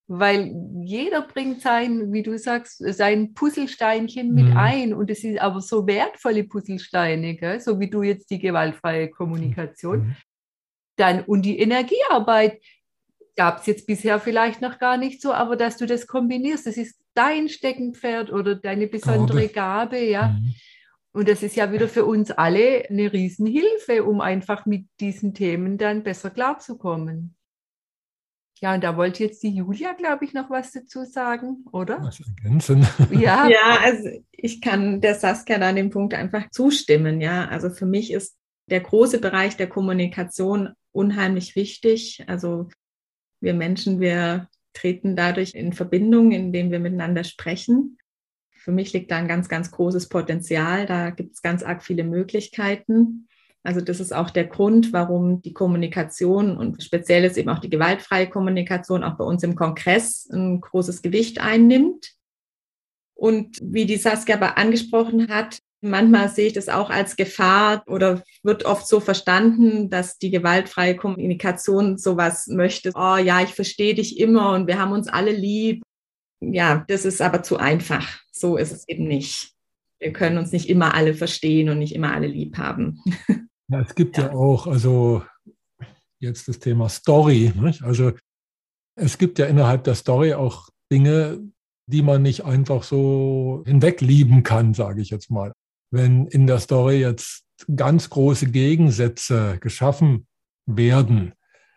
weil jeder bringt sein, wie du sagst, sein Puzzlesteinchen mit mhm. ein und es sind aber so wertvolle Puzzlesteine, gell? So wie du jetzt die gewaltfreie Kommunikation. Mhm. Dann, und die Energiearbeit gab es jetzt bisher vielleicht noch gar nicht so, aber dass du das kombinierst, das ist dein Steckenpferd oder deine besondere Gabe, Gabe ja. Mhm. Und das ist ja wieder für uns alle eine Riesenhilfe, um einfach mit diesen Themen dann besser klarzukommen. Ja, und da wollte jetzt die Julia, glaube ich, noch was dazu sagen, oder? Was ergänzen. Ja. ja, also ich kann der Saskia an dem Punkt einfach zustimmen. Ja, also für mich ist der große Bereich der Kommunikation unheimlich wichtig. Also wir Menschen, wir treten dadurch in Verbindung, indem wir miteinander sprechen. Für mich liegt da ein ganz, ganz großes Potenzial. Da gibt es ganz arg viele Möglichkeiten. Also das ist auch der Grund, warum die Kommunikation und speziell ist eben auch die gewaltfreie Kommunikation auch bei uns im Kongress ein großes Gewicht einnimmt. Und wie die Saskia aber angesprochen hat, manchmal sehe ich das auch als Gefahr oder wird oft so verstanden, dass die gewaltfreie Kommunikation sowas möchte. Oh ja, ich verstehe dich immer und wir haben uns alle lieb. Ja, das ist aber zu einfach. So ist es eben nicht. Wir können uns nicht immer alle verstehen und nicht immer alle lieb haben. Ja, es gibt ja. ja auch, also jetzt das Thema Story, nicht? Also es gibt ja innerhalb der Story auch Dinge, die man nicht einfach so hinweglieben kann, sage ich jetzt mal. Wenn in der Story jetzt ganz große Gegensätze geschaffen werden,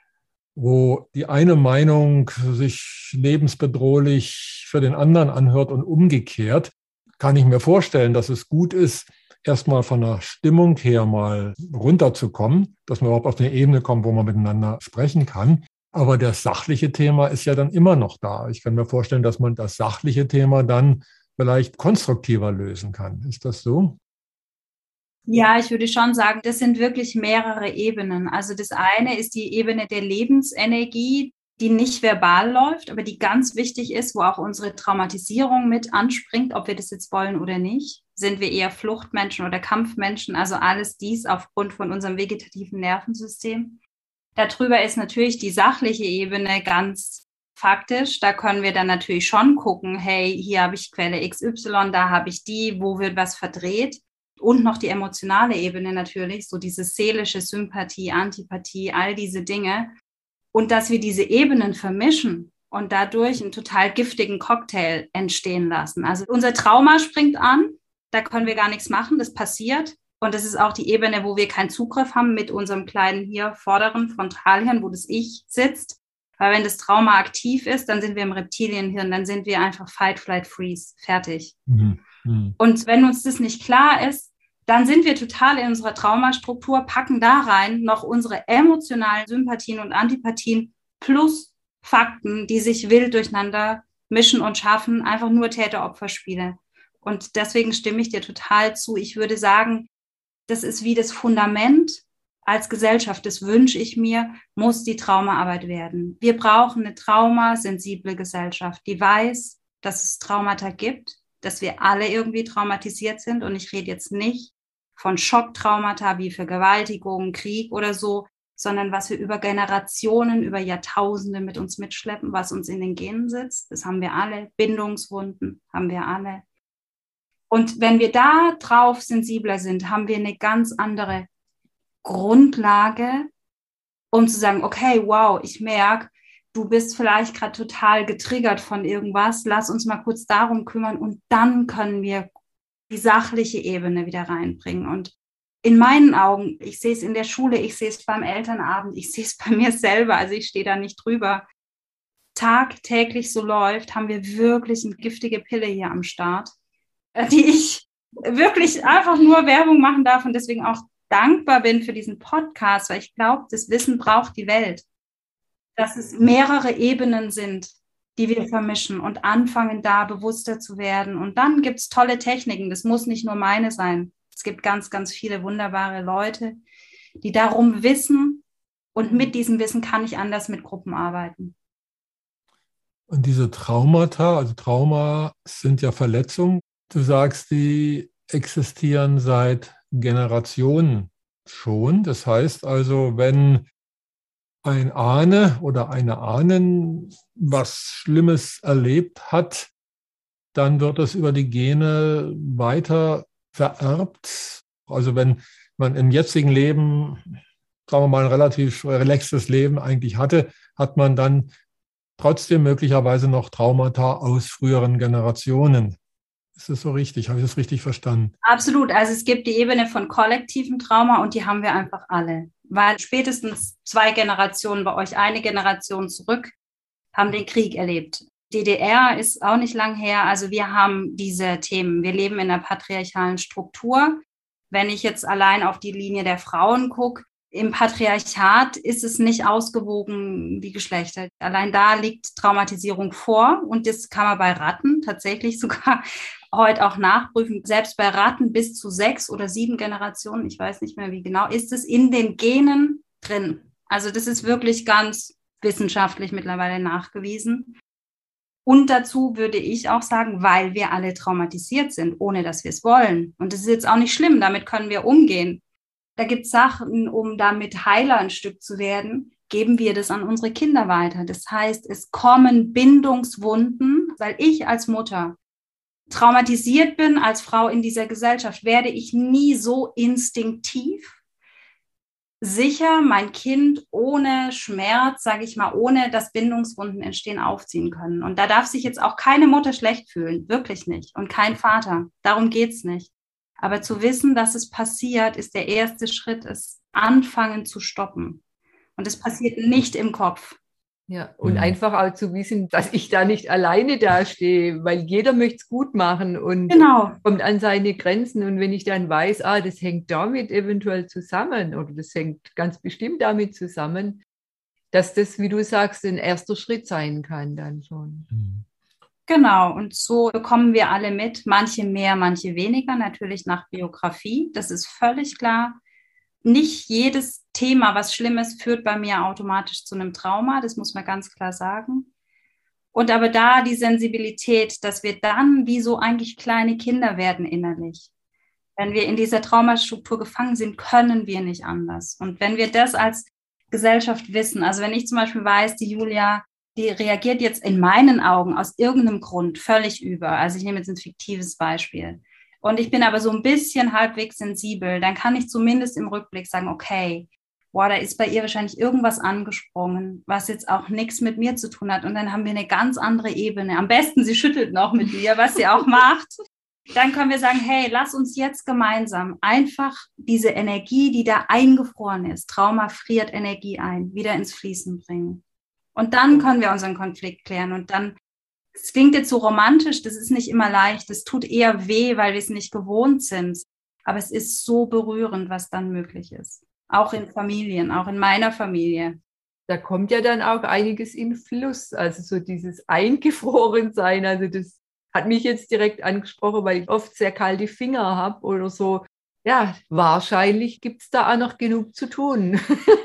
wo die eine Meinung sich lebensbedrohlich für den anderen anhört und umgekehrt, kann ich mir vorstellen, dass es gut ist, erstmal von der Stimmung her mal runterzukommen, dass man überhaupt auf eine Ebene kommt, wo man miteinander sprechen kann. Aber das sachliche Thema ist ja dann immer noch da. Ich kann mir vorstellen, dass man das sachliche Thema dann vielleicht konstruktiver lösen kann. Ist das so? Ja, ich würde schon sagen, das sind wirklich mehrere Ebenen. Also das eine ist die Ebene der Lebensenergie, die nicht verbal läuft, aber die ganz wichtig ist, wo auch unsere Traumatisierung mit anspringt, ob wir das jetzt wollen oder nicht. Sind wir eher Fluchtmenschen oder Kampfmenschen? Also alles dies aufgrund von unserem vegetativen Nervensystem. Darüber ist natürlich die sachliche Ebene ganz faktisch. Da können wir dann natürlich schon gucken, hey, hier habe ich Quelle X Y, da habe ich die, wo wird was verdreht? Und noch die emotionale Ebene natürlich, so diese seelische Sympathie, Antipathie, all diese Dinge. Und dass wir diese Ebenen vermischen und dadurch einen total giftigen Cocktail entstehen lassen. Also unser Trauma springt an, da können wir gar nichts machen, das passiert. Und das ist auch die Ebene, wo wir keinen Zugriff haben mit unserem kleinen hier vorderen Frontalhirn, wo das Ich sitzt. Weil wenn das Trauma aktiv ist, dann sind wir im Reptilienhirn, dann sind wir einfach Fight, Flight, Freeze, fertig. Mhm. Mhm. Und wenn uns das nicht klar ist, dann sind wir total in unserer Traumastruktur, packen da rein noch unsere emotionalen Sympathien und Antipathien plus Fakten, die sich wild durcheinander mischen und schaffen, einfach nur Täter-Opfer-Spiele. Und deswegen stimme ich dir total zu. Ich würde sagen, das ist wie das Fundament als Gesellschaft, das wünsche ich mir, muss die Traumaarbeit werden. Wir brauchen eine traumasensible Gesellschaft, die weiß, dass es Traumata gibt, dass wir alle irgendwie traumatisiert sind. Und ich rede jetzt nicht von Schocktraumata wie Vergewaltigung, Krieg oder so, sondern was wir über Generationen, über Jahrtausende mit uns mitschleppen, was uns in den Genen sitzt. Das haben wir alle. Bindungswunden haben wir alle. Und wenn wir da drauf sensibler sind, haben wir eine ganz andere Grundlage, um zu sagen, okay, wow, ich merke, du bist vielleicht gerade total getriggert von irgendwas, lass uns mal kurz darum kümmern und dann können wir die sachliche Ebene wieder reinbringen. Und in meinen Augen, ich sehe es in der Schule, ich sehe es beim Elternabend, ich sehe es bei mir selber, also ich stehe da nicht drüber, tagtäglich so läuft, haben wir wirklich eine giftige Pille hier am Start, die ich wirklich einfach nur Werbung machen darf und deswegen auch dankbar bin für diesen Podcast, weil ich glaube, das Wissen braucht die Welt. Dass es mehrere Ebenen sind, die wir vermischen und anfangen, da bewusster zu werden. Und dann gibt es tolle Techniken. Das muss nicht nur meine sein. Es gibt ganz, ganz viele wunderbare Leute, die darum wissen. Und mit diesem Wissen kann ich anders mit Gruppen arbeiten. Und diese Traumata, also Trauma sind ja Verletzungen. Du sagst, die existieren seit Generationen schon. Das heißt also, wenn ein Ahne oder eine Ahnen was Schlimmes erlebt hat, dann wird es über die Gene weiter vererbt. Also wenn man im jetzigen Leben, sagen wir mal, ein relativ relaxtes Leben eigentlich hatte, hat man dann trotzdem möglicherweise noch Traumata aus früheren Generationen. Ist das so richtig? Habe ich das richtig verstanden? Absolut. Also es gibt die Ebene von kollektivem Trauma und die haben wir einfach alle. Weil spätestens zwei Generationen bei euch, eine Generation zurück, haben den Krieg erlebt. D D R ist auch nicht lang her. Also wir haben diese Themen. Wir leben in einer patriarchalen Struktur. Wenn ich jetzt allein auf die Linie der Frauen gucke, im Patriarchat ist es nicht ausgewogen, die Geschlechter. Allein da liegt Traumatisierung vor und das kann man bei Ratten tatsächlich sogar heute auch nachprüfen. Selbst bei Ratten bis zu sechs oder sieben Generationen, ich weiß nicht mehr wie genau, ist es in den Genen drin. Also das ist wirklich ganz wissenschaftlich mittlerweile nachgewiesen. Und dazu würde ich auch sagen, weil wir alle traumatisiert sind, ohne dass wir es wollen. Und das ist jetzt auch nicht schlimm, damit können wir umgehen. Da gibt es Sachen, um damit heiler ein Stück zu werden, geben wir das an unsere Kinder weiter. Das heißt, es kommen Bindungswunden, weil ich als Mutter traumatisiert bin, als Frau in dieser Gesellschaft, werde ich nie so instinktiv sicher mein Kind ohne Schmerz, sage ich mal, ohne dass Bindungswunden entstehen, aufziehen können. Und da darf sich jetzt auch keine Mutter schlecht fühlen, wirklich nicht. Und kein Vater, darum geht's nicht. Aber zu wissen, dass es passiert, ist der erste Schritt, es anfangen zu stoppen. Und es passiert nicht im Kopf. Ja, und mhm. einfach auch zu wissen, dass ich da nicht alleine dastehe, weil jeder möchte es gut machen und genau. kommt an seine Grenzen. Und wenn ich dann weiß, ah, das hängt damit eventuell zusammen oder das hängt ganz bestimmt damit zusammen, dass das, wie du sagst, ein erster Schritt sein kann dann schon. Mhm. Genau, und so bekommen wir alle mit, manche mehr, manche weniger, natürlich nach Biografie, das ist völlig klar. Nicht jedes Thema, was Schlimmes, führt bei mir automatisch zu einem Trauma, das muss man ganz klar sagen. Und aber da die Sensibilität, dass wir dann wie so eigentlich kleine Kinder werden innerlich. Wenn wir in dieser Traumastruktur gefangen sind, können wir nicht anders. Und wenn wir das als Gesellschaft wissen, also wenn ich zum Beispiel weiß, die Julia, die reagiert jetzt in meinen Augen aus irgendeinem Grund völlig über. Also ich nehme jetzt ein fiktives Beispiel. Und ich bin aber so ein bisschen halbwegs sensibel. Dann kann ich zumindest im Rückblick sagen, okay, boah, da ist bei ihr wahrscheinlich irgendwas angesprungen, was jetzt auch nichts mit mir zu tun hat. Und dann haben wir eine ganz andere Ebene. Am besten, sie schüttelt noch mit mir, was sie auch macht. Dann können wir sagen, hey, lass uns jetzt gemeinsam einfach diese Energie, die da eingefroren ist, Trauma friert Energie ein, wieder ins Fließen bringen. Und dann können wir unseren Konflikt klären. Und dann, es klingt jetzt so romantisch, das ist nicht immer leicht. Das tut eher weh, weil wir es nicht gewohnt sind. Aber es ist so berührend, was dann möglich ist. Auch in Familien, auch in meiner Familie. Da kommt ja dann auch einiges in Fluss. Also so dieses Eingefrorensein. Also das hat mich jetzt direkt angesprochen, weil ich oft sehr kalte Finger habe oder so. Ja, wahrscheinlich gibt es da auch noch genug zu tun.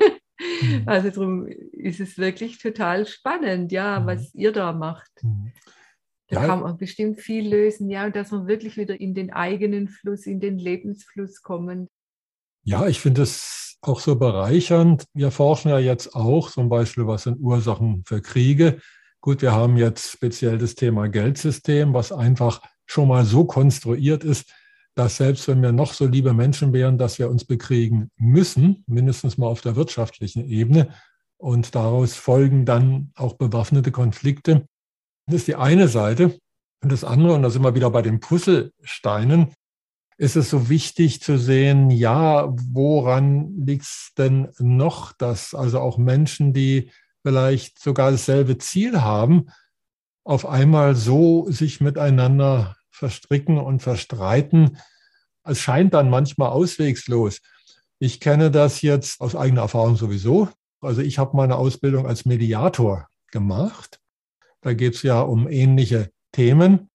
Also darum ist es wirklich total spannend, ja, was ihr da macht. Da ja. kann man bestimmt viel lösen, ja, und dass man wirklich wieder in den eigenen Fluss, in den Lebensfluss kommen. Ja, ich finde es auch so bereichernd. Wir forschen ja jetzt auch zum Beispiel, was sind Ursachen für Kriege. Gut, wir haben jetzt speziell das Thema Geldsystem, was einfach schon mal so konstruiert ist, dass selbst wenn wir noch so liebe Menschen wären, dass wir uns bekriegen müssen, mindestens mal auf der wirtschaftlichen Ebene. Und daraus folgen dann auch bewaffnete Konflikte. Das ist die eine Seite. Und das andere, und da sind wir wieder bei den Puzzlesteinen, ist es so wichtig zu sehen, ja, woran liegt es denn noch, dass also auch Menschen, die vielleicht sogar dasselbe Ziel haben, auf einmal so sich miteinander verstricken und verstreiten. Es scheint dann manchmal auswegslos. Ich kenne das jetzt aus eigener Erfahrung sowieso. Also ich habe meine Ausbildung als Mediator gemacht. Da geht es ja um ähnliche Themen.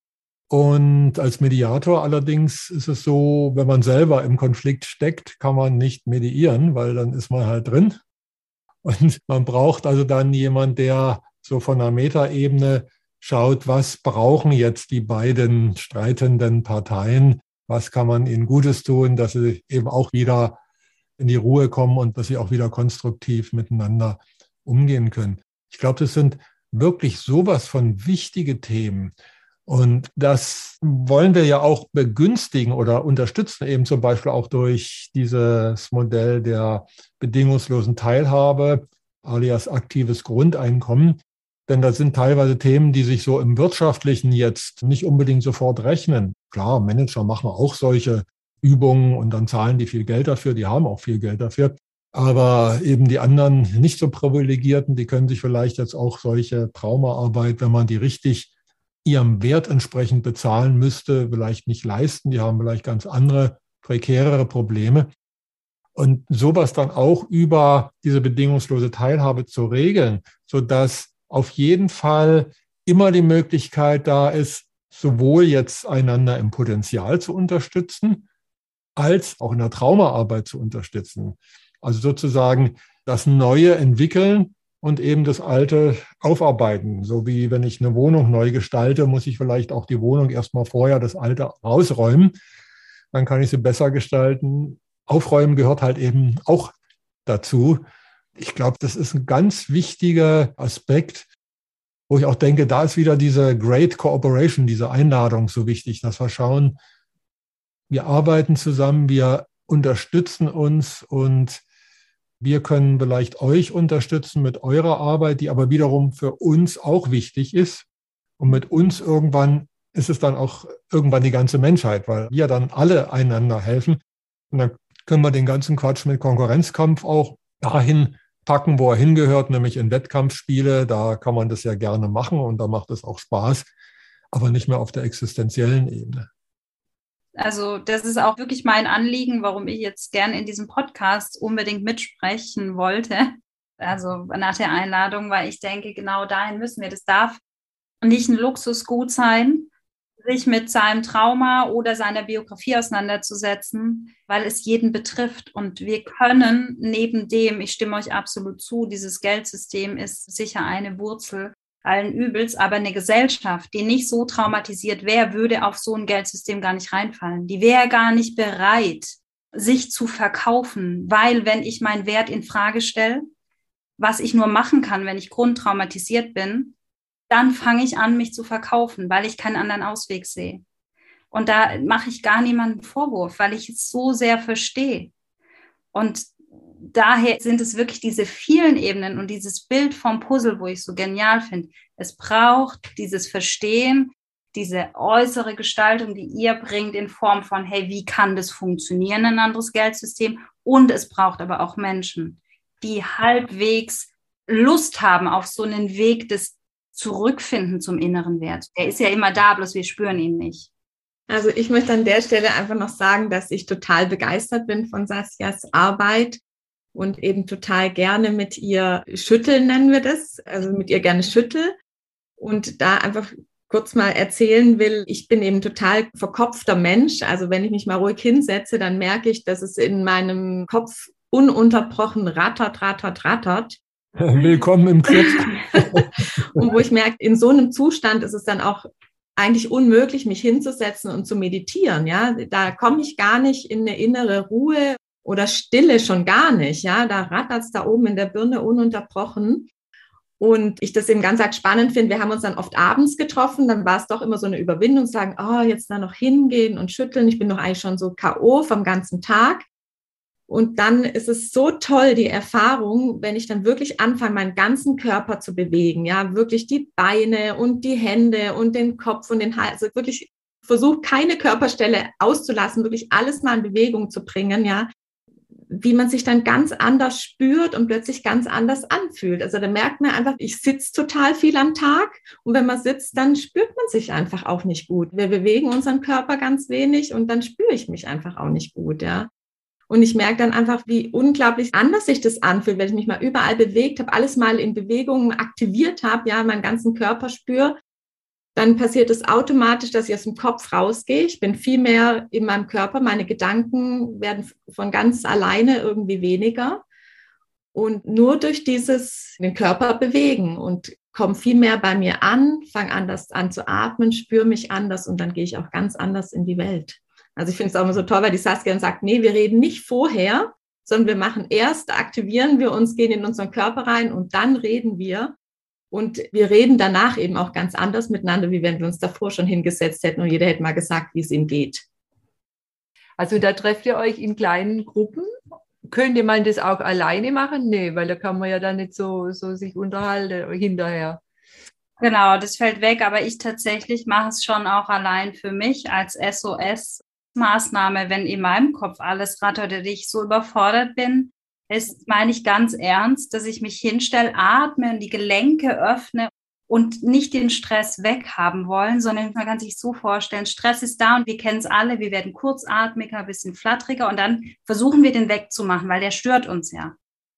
Und als Mediator allerdings ist es so, wenn man selber im Konflikt steckt, kann man nicht mediieren, weil dann ist man halt drin. Und man braucht also dann jemand, der so von der Metaebene schaut, was brauchen jetzt die beiden streitenden Parteien, was kann man ihnen Gutes tun, dass sie eben auch wieder in die Ruhe kommen und dass sie auch wieder konstruktiv miteinander umgehen können. Ich glaube, das sind wirklich sowas von wichtige Themen. Und das wollen wir ja auch begünstigen oder unterstützen, eben zum Beispiel auch durch dieses Modell der bedingungslosen Teilhabe, alias aktives Grundeinkommen. Denn das sind teilweise Themen, die sich so im Wirtschaftlichen jetzt nicht unbedingt sofort rechnen. Klar, Manager machen auch solche Übungen und dann zahlen die viel Geld dafür, die haben auch viel Geld dafür. Aber eben die anderen nicht so Privilegierten, die können sich vielleicht jetzt auch solche Traumaarbeit, wenn man die richtig ihrem Wert entsprechend bezahlen müsste, vielleicht nicht leisten. Die haben vielleicht ganz andere, prekärere Probleme. Und sowas dann auch über diese bedingungslose Teilhabe zu regeln, sodass auf jeden Fall immer die Möglichkeit da ist, sowohl jetzt einander im Potenzial zu unterstützen, als auch in der Traumaarbeit zu unterstützen. Also sozusagen das Neue entwickeln und eben das Alte aufarbeiten. So wie wenn ich eine Wohnung neu gestalte, muss ich vielleicht auch die Wohnung erstmal vorher das Alte rausräumen. Dann kann ich sie besser gestalten. Aufräumen gehört halt eben auch dazu. Ich glaube, das ist ein ganz wichtiger Aspekt, wo ich auch denke, da ist wieder diese Great Cooperation, diese Einladung so wichtig, dass wir schauen, wir arbeiten zusammen, wir unterstützen uns und wir können vielleicht euch unterstützen mit eurer Arbeit, die aber wiederum für uns auch wichtig ist. Und mit uns irgendwann ist es dann auch irgendwann die ganze Menschheit, weil wir dann alle einander helfen. Und dann können wir den ganzen Quatsch mit Konkurrenzkampf auch dahin packen, wo er hingehört, nämlich in Wettkampfspiele. Da kann man das ja gerne machen und da macht es auch Spaß, aber nicht mehr auf der existenziellen Ebene. Also das ist auch wirklich mein Anliegen, warum ich jetzt gerne in diesem Podcast unbedingt mitsprechen wollte. Also nach der Einladung, weil ich denke, genau dahin müssen wir. Das darf nicht ein Luxusgut sein, sich mit seinem Trauma oder seiner Biografie auseinanderzusetzen, weil es jeden betrifft. Und wir können neben dem, ich stimme euch absolut zu, dieses Geldsystem ist sicher eine Wurzel allen Übels, aber eine Gesellschaft, die nicht so traumatisiert wäre, würde auf so ein Geldsystem gar nicht reinfallen. Die wäre gar nicht bereit, sich zu verkaufen, weil wenn ich meinen Wert in Frage stelle, was ich nur machen kann, wenn ich grundtraumatisiert bin, dann fange ich an, mich zu verkaufen, weil ich keinen anderen Ausweg sehe. Und da mache ich gar niemanden Vorwurf, weil ich es so sehr verstehe. Und daher sind es wirklich diese vielen Ebenen und dieses Bild vom Puzzle, wo ich so genial finde. Es braucht dieses Verstehen, diese äußere Gestaltung, die ihr bringt in Form von, hey, wie kann das funktionieren, ein anderes Geldsystem? Und es braucht aber auch Menschen, die halbwegs Lust haben auf so einen Weg des Zurückfinden zum inneren Wert. Der ist ja immer da, bloß wir spüren ihn nicht. Also ich möchte an der Stelle einfach noch sagen, dass ich total begeistert bin von Saskias Arbeit und eben total gerne mit ihr schütteln, nennen wir das, also mit ihr gerne schüttel und da einfach kurz mal erzählen will, ich bin eben total verkopfter Mensch, also wenn ich mich mal ruhig hinsetze, dann merke ich, dass es in meinem Kopf ununterbrochen rattert, rattert, rattert. Willkommen im Club. Und wo ich merke, in so einem Zustand ist es dann auch eigentlich unmöglich, mich hinzusetzen und zu meditieren. Ja, da komme ich gar nicht in eine innere Ruhe oder Stille, schon gar nicht. Ja, da rattert es da oben in der Birne ununterbrochen. Und ich das eben ganz arg spannend finde. Wir haben uns dann oft abends getroffen. Dann war es doch immer so eine Überwindung, sagen, oh, jetzt da noch hingehen und schütteln. Ich bin doch eigentlich schon so K O vom ganzen Tag. Und dann ist es so toll, die Erfahrung, wenn ich dann wirklich anfange, meinen ganzen Körper zu bewegen, ja, wirklich die Beine und die Hände und den Kopf und den Hals, also wirklich versuche, keine Körperstelle auszulassen, wirklich alles mal in Bewegung zu bringen, ja, wie man sich dann ganz anders spürt und plötzlich ganz anders anfühlt. Also da merkt man einfach, ich sitze total viel am Tag und wenn man sitzt, dann spürt man sich einfach auch nicht gut. Wir bewegen unseren Körper ganz wenig und dann spüre ich mich einfach auch nicht gut, ja. Und ich merke dann einfach, wie unglaublich anders sich das anfühlt, wenn ich mich mal überall bewegt habe, alles mal in Bewegungen aktiviert habe, ja, meinen ganzen Körper spüre, dann passiert es automatisch, dass ich aus dem Kopf rausgehe. Ich bin viel mehr in meinem Körper, meine Gedanken werden von ganz alleine irgendwie weniger. Und nur durch dieses, den Körper bewegen und komme viel mehr bei mir an, fange anders an zu atmen, spüre mich anders und dann gehe ich auch ganz anders in die Welt. Also ich finde es auch immer so toll, weil die Saskia dann sagt, nee, wir reden nicht vorher, sondern wir machen erst, aktivieren wir uns, gehen in unseren Körper rein und dann reden wir. Und wir reden danach eben auch ganz anders miteinander, wie wenn wir uns davor schon hingesetzt hätten und jeder hätte mal gesagt, wie es ihm geht. Also da trefft ihr euch in kleinen Gruppen. Könnte man das auch alleine machen? Nee, weil da kann man ja dann nicht so, so sich unterhalten hinterher. Genau, das fällt weg, aber ich tatsächlich mache es schon auch allein für mich als S O S-Maßnahme, wenn in meinem Kopf alles rattert oder ich so überfordert bin, ist, meine ich ganz ernst, dass ich mich hinstelle, atme und die Gelenke öffne und nicht den Stress weghaben wollen, sondern man kann sich so vorstellen, Stress ist da und wir kennen es alle, wir werden kurzatmiger, ein bisschen flatteriger und dann versuchen wir den wegzumachen, weil der stört uns ja.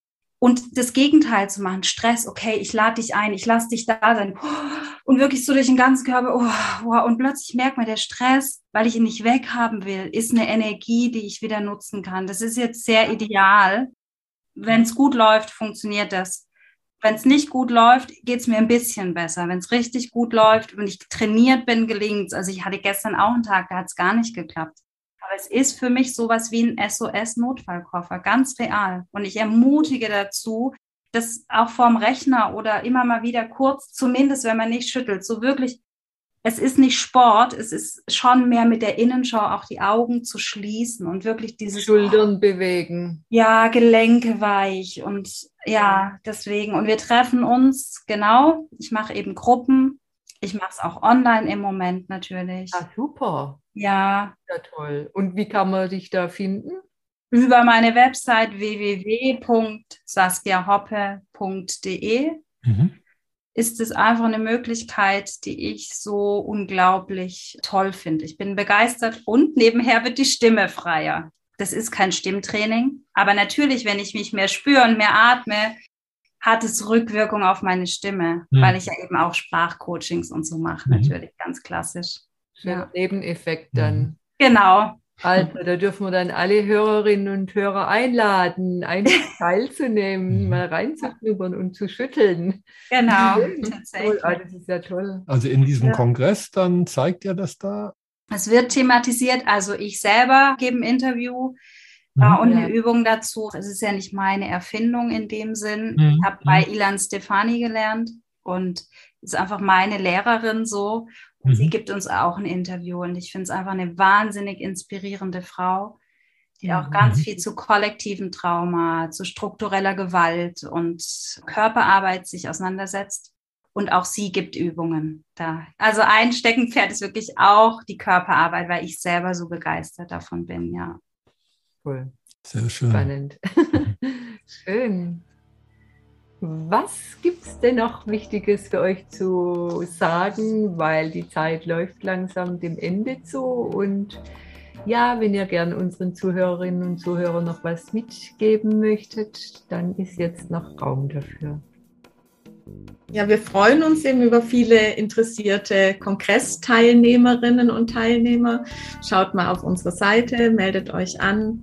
Und das Gegenteil zu machen, Stress, okay, ich lade dich ein, ich lasse dich da sein und wirklich so durch den ganzen Körper oh, oh, und plötzlich merkt man, der Stress, weil ich ihn nicht weghaben will, ist eine Energie, die ich wieder nutzen kann. Das ist jetzt sehr ideal. Wenn es gut läuft, funktioniert das. Wenn es nicht gut läuft, geht es mir ein bisschen besser. Wenn es richtig gut läuft, wenn ich trainiert bin, gelingt es. Also ich hatte gestern auch einen Tag, da hat es gar nicht geklappt. Aber es ist für mich sowas wie ein S O S-Notfallkoffer, ganz real. Und ich ermutige dazu, das auch vorm Rechner oder immer mal wieder kurz, zumindest wenn man nicht schüttelt, so wirklich, es ist nicht Sport, es ist schon mehr mit der Innenschau auch die Augen zu schließen und wirklich diese Schultern bewegen. Ja, Gelenke weich und ja, deswegen. Und wir treffen uns, genau, ich mache eben Gruppen, ich mache es auch online im Moment natürlich. Ah, super. Ja. Ja, toll. Und wie kann man dich da finden? Über meine Website w w w punkt saskia hoppe punkt d e mhm. ist es einfach eine Möglichkeit, die ich so unglaublich toll finde. Ich bin begeistert und nebenher wird die Stimme freier. Das ist kein Stimmtraining, aber natürlich, wenn ich mich mehr spüre und mehr atme, hat es Rückwirkung auf meine Stimme, mhm. weil ich ja eben auch Sprachcoachings und so mache, mhm. natürlich ganz klassisch. Schöner ja. Nebeneffekt dann. Genau. Also, da dürfen wir dann alle Hörerinnen und Hörer einladen, einfach teilzunehmen, mal reinzuschnuppern und zu schütteln. Genau, tatsächlich. Oh, das ist ja toll. Also in diesem ja. Kongress, dann zeigt ihr das da? Es wird thematisiert, also ich selber gebe ein Interview mhm. äh, und ja. eine Übung dazu. Es ist ja nicht meine Erfindung in dem Sinn. Mhm. Ich habe bei Ilan Stefani gelernt und ist einfach meine Lehrerin so. Und mhm. sie gibt uns auch ein Interview und ich finde es einfach eine wahnsinnig inspirierende Frau, die auch ganz mhm. viel zu kollektivem Trauma, zu struktureller Gewalt und Körperarbeit sich auseinandersetzt. Und auch sie gibt Übungen da. Also ein Steckenpferd ist wirklich auch die Körperarbeit, weil ich selber so begeistert davon bin, ja. Cool. Sehr schön. Spannend. Schön. Was gibt es denn noch Wichtiges für euch zu sagen, weil die Zeit läuft langsam dem Ende zu und ja, wenn ihr gern unseren Zuhörerinnen und Zuhörern noch was mitgeben möchtet, dann ist jetzt noch Raum dafür. Ja, wir freuen uns eben über viele interessierte Kongressteilnehmerinnen und Teilnehmer. Schaut mal auf unsere Seite, meldet euch an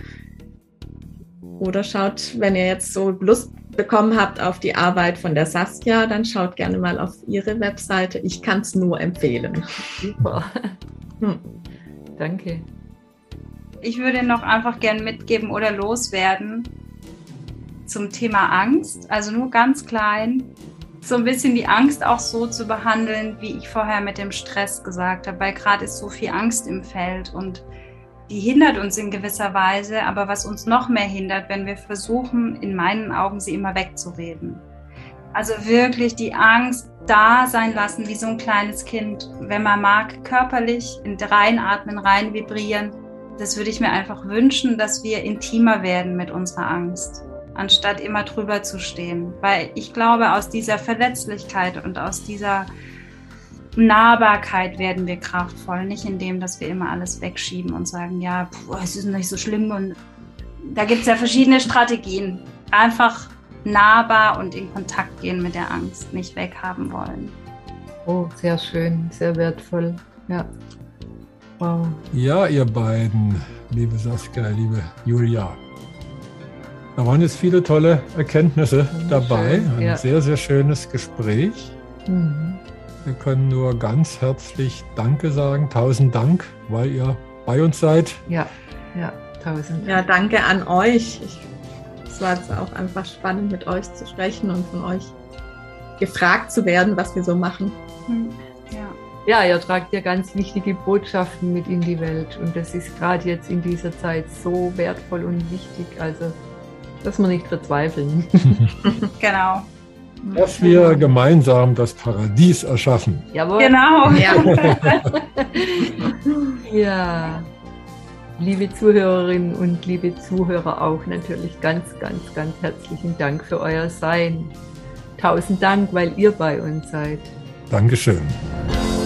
oder schaut, wenn ihr jetzt so Lust bekommen habt auf die Arbeit von der Saskia, dann schaut gerne mal auf ihre Webseite. Ich kann es nur empfehlen. Super. Hm. Danke. Ich würde noch einfach gern mitgeben oder loswerden zum Thema Angst, also nur ganz klein, so ein bisschen die Angst auch so zu behandeln, wie ich vorher mit dem Stress gesagt habe, weil gerade ist so viel Angst im Feld und die hindert uns in gewisser Weise, aber was uns noch mehr hindert, wenn wir versuchen, in meinen Augen sie immer wegzureden. Also wirklich die Angst da sein lassen, wie so ein kleines Kind. Wenn man mag, körperlich in reinatmen, rein vibrieren. Das würde ich mir einfach wünschen, dass wir intimer werden mit unserer Angst, anstatt immer drüber zu stehen. Weil ich glaube, aus dieser Verletzlichkeit und aus dieser Nahbarkeit werden wir kraftvoll, nicht indem, dass wir immer alles wegschieben und sagen, ja, puh, es ist nicht so schlimm. Und da gibt es ja verschiedene Strategien. Einfach nahbar und in Kontakt gehen mit der Angst, nicht weghaben wollen. Oh, sehr schön, sehr wertvoll. Ja. Wow. Ja, ihr beiden, liebe Saskia, liebe Julia. Da waren jetzt viele tolle Erkenntnisse dabei. Ein ja. sehr, sehr schönes Gespräch. Mhm. Wir können nur ganz herzlich Danke sagen. Tausend Dank, weil ihr bei uns seid. Ja, ja. Tausend Dank. Ja, danke an euch. Ich, es war jetzt auch einfach spannend, mit euch zu sprechen und von euch gefragt zu werden, was wir so machen. Ja. Ja, ihr tragt ja ganz wichtige Botschaften mit in die Welt und das ist gerade jetzt in dieser Zeit so wertvoll und wichtig, also dass wir nicht verzweifeln. Genau. Dass wir gemeinsam das Paradies erschaffen. Jawohl. Genau. Ja. Ja. Liebe Zuhörerinnen und liebe Zuhörer auch natürlich ganz, ganz, ganz herzlichen Dank für euer Sein. Tausend Dank, weil ihr bei uns seid. Dankeschön.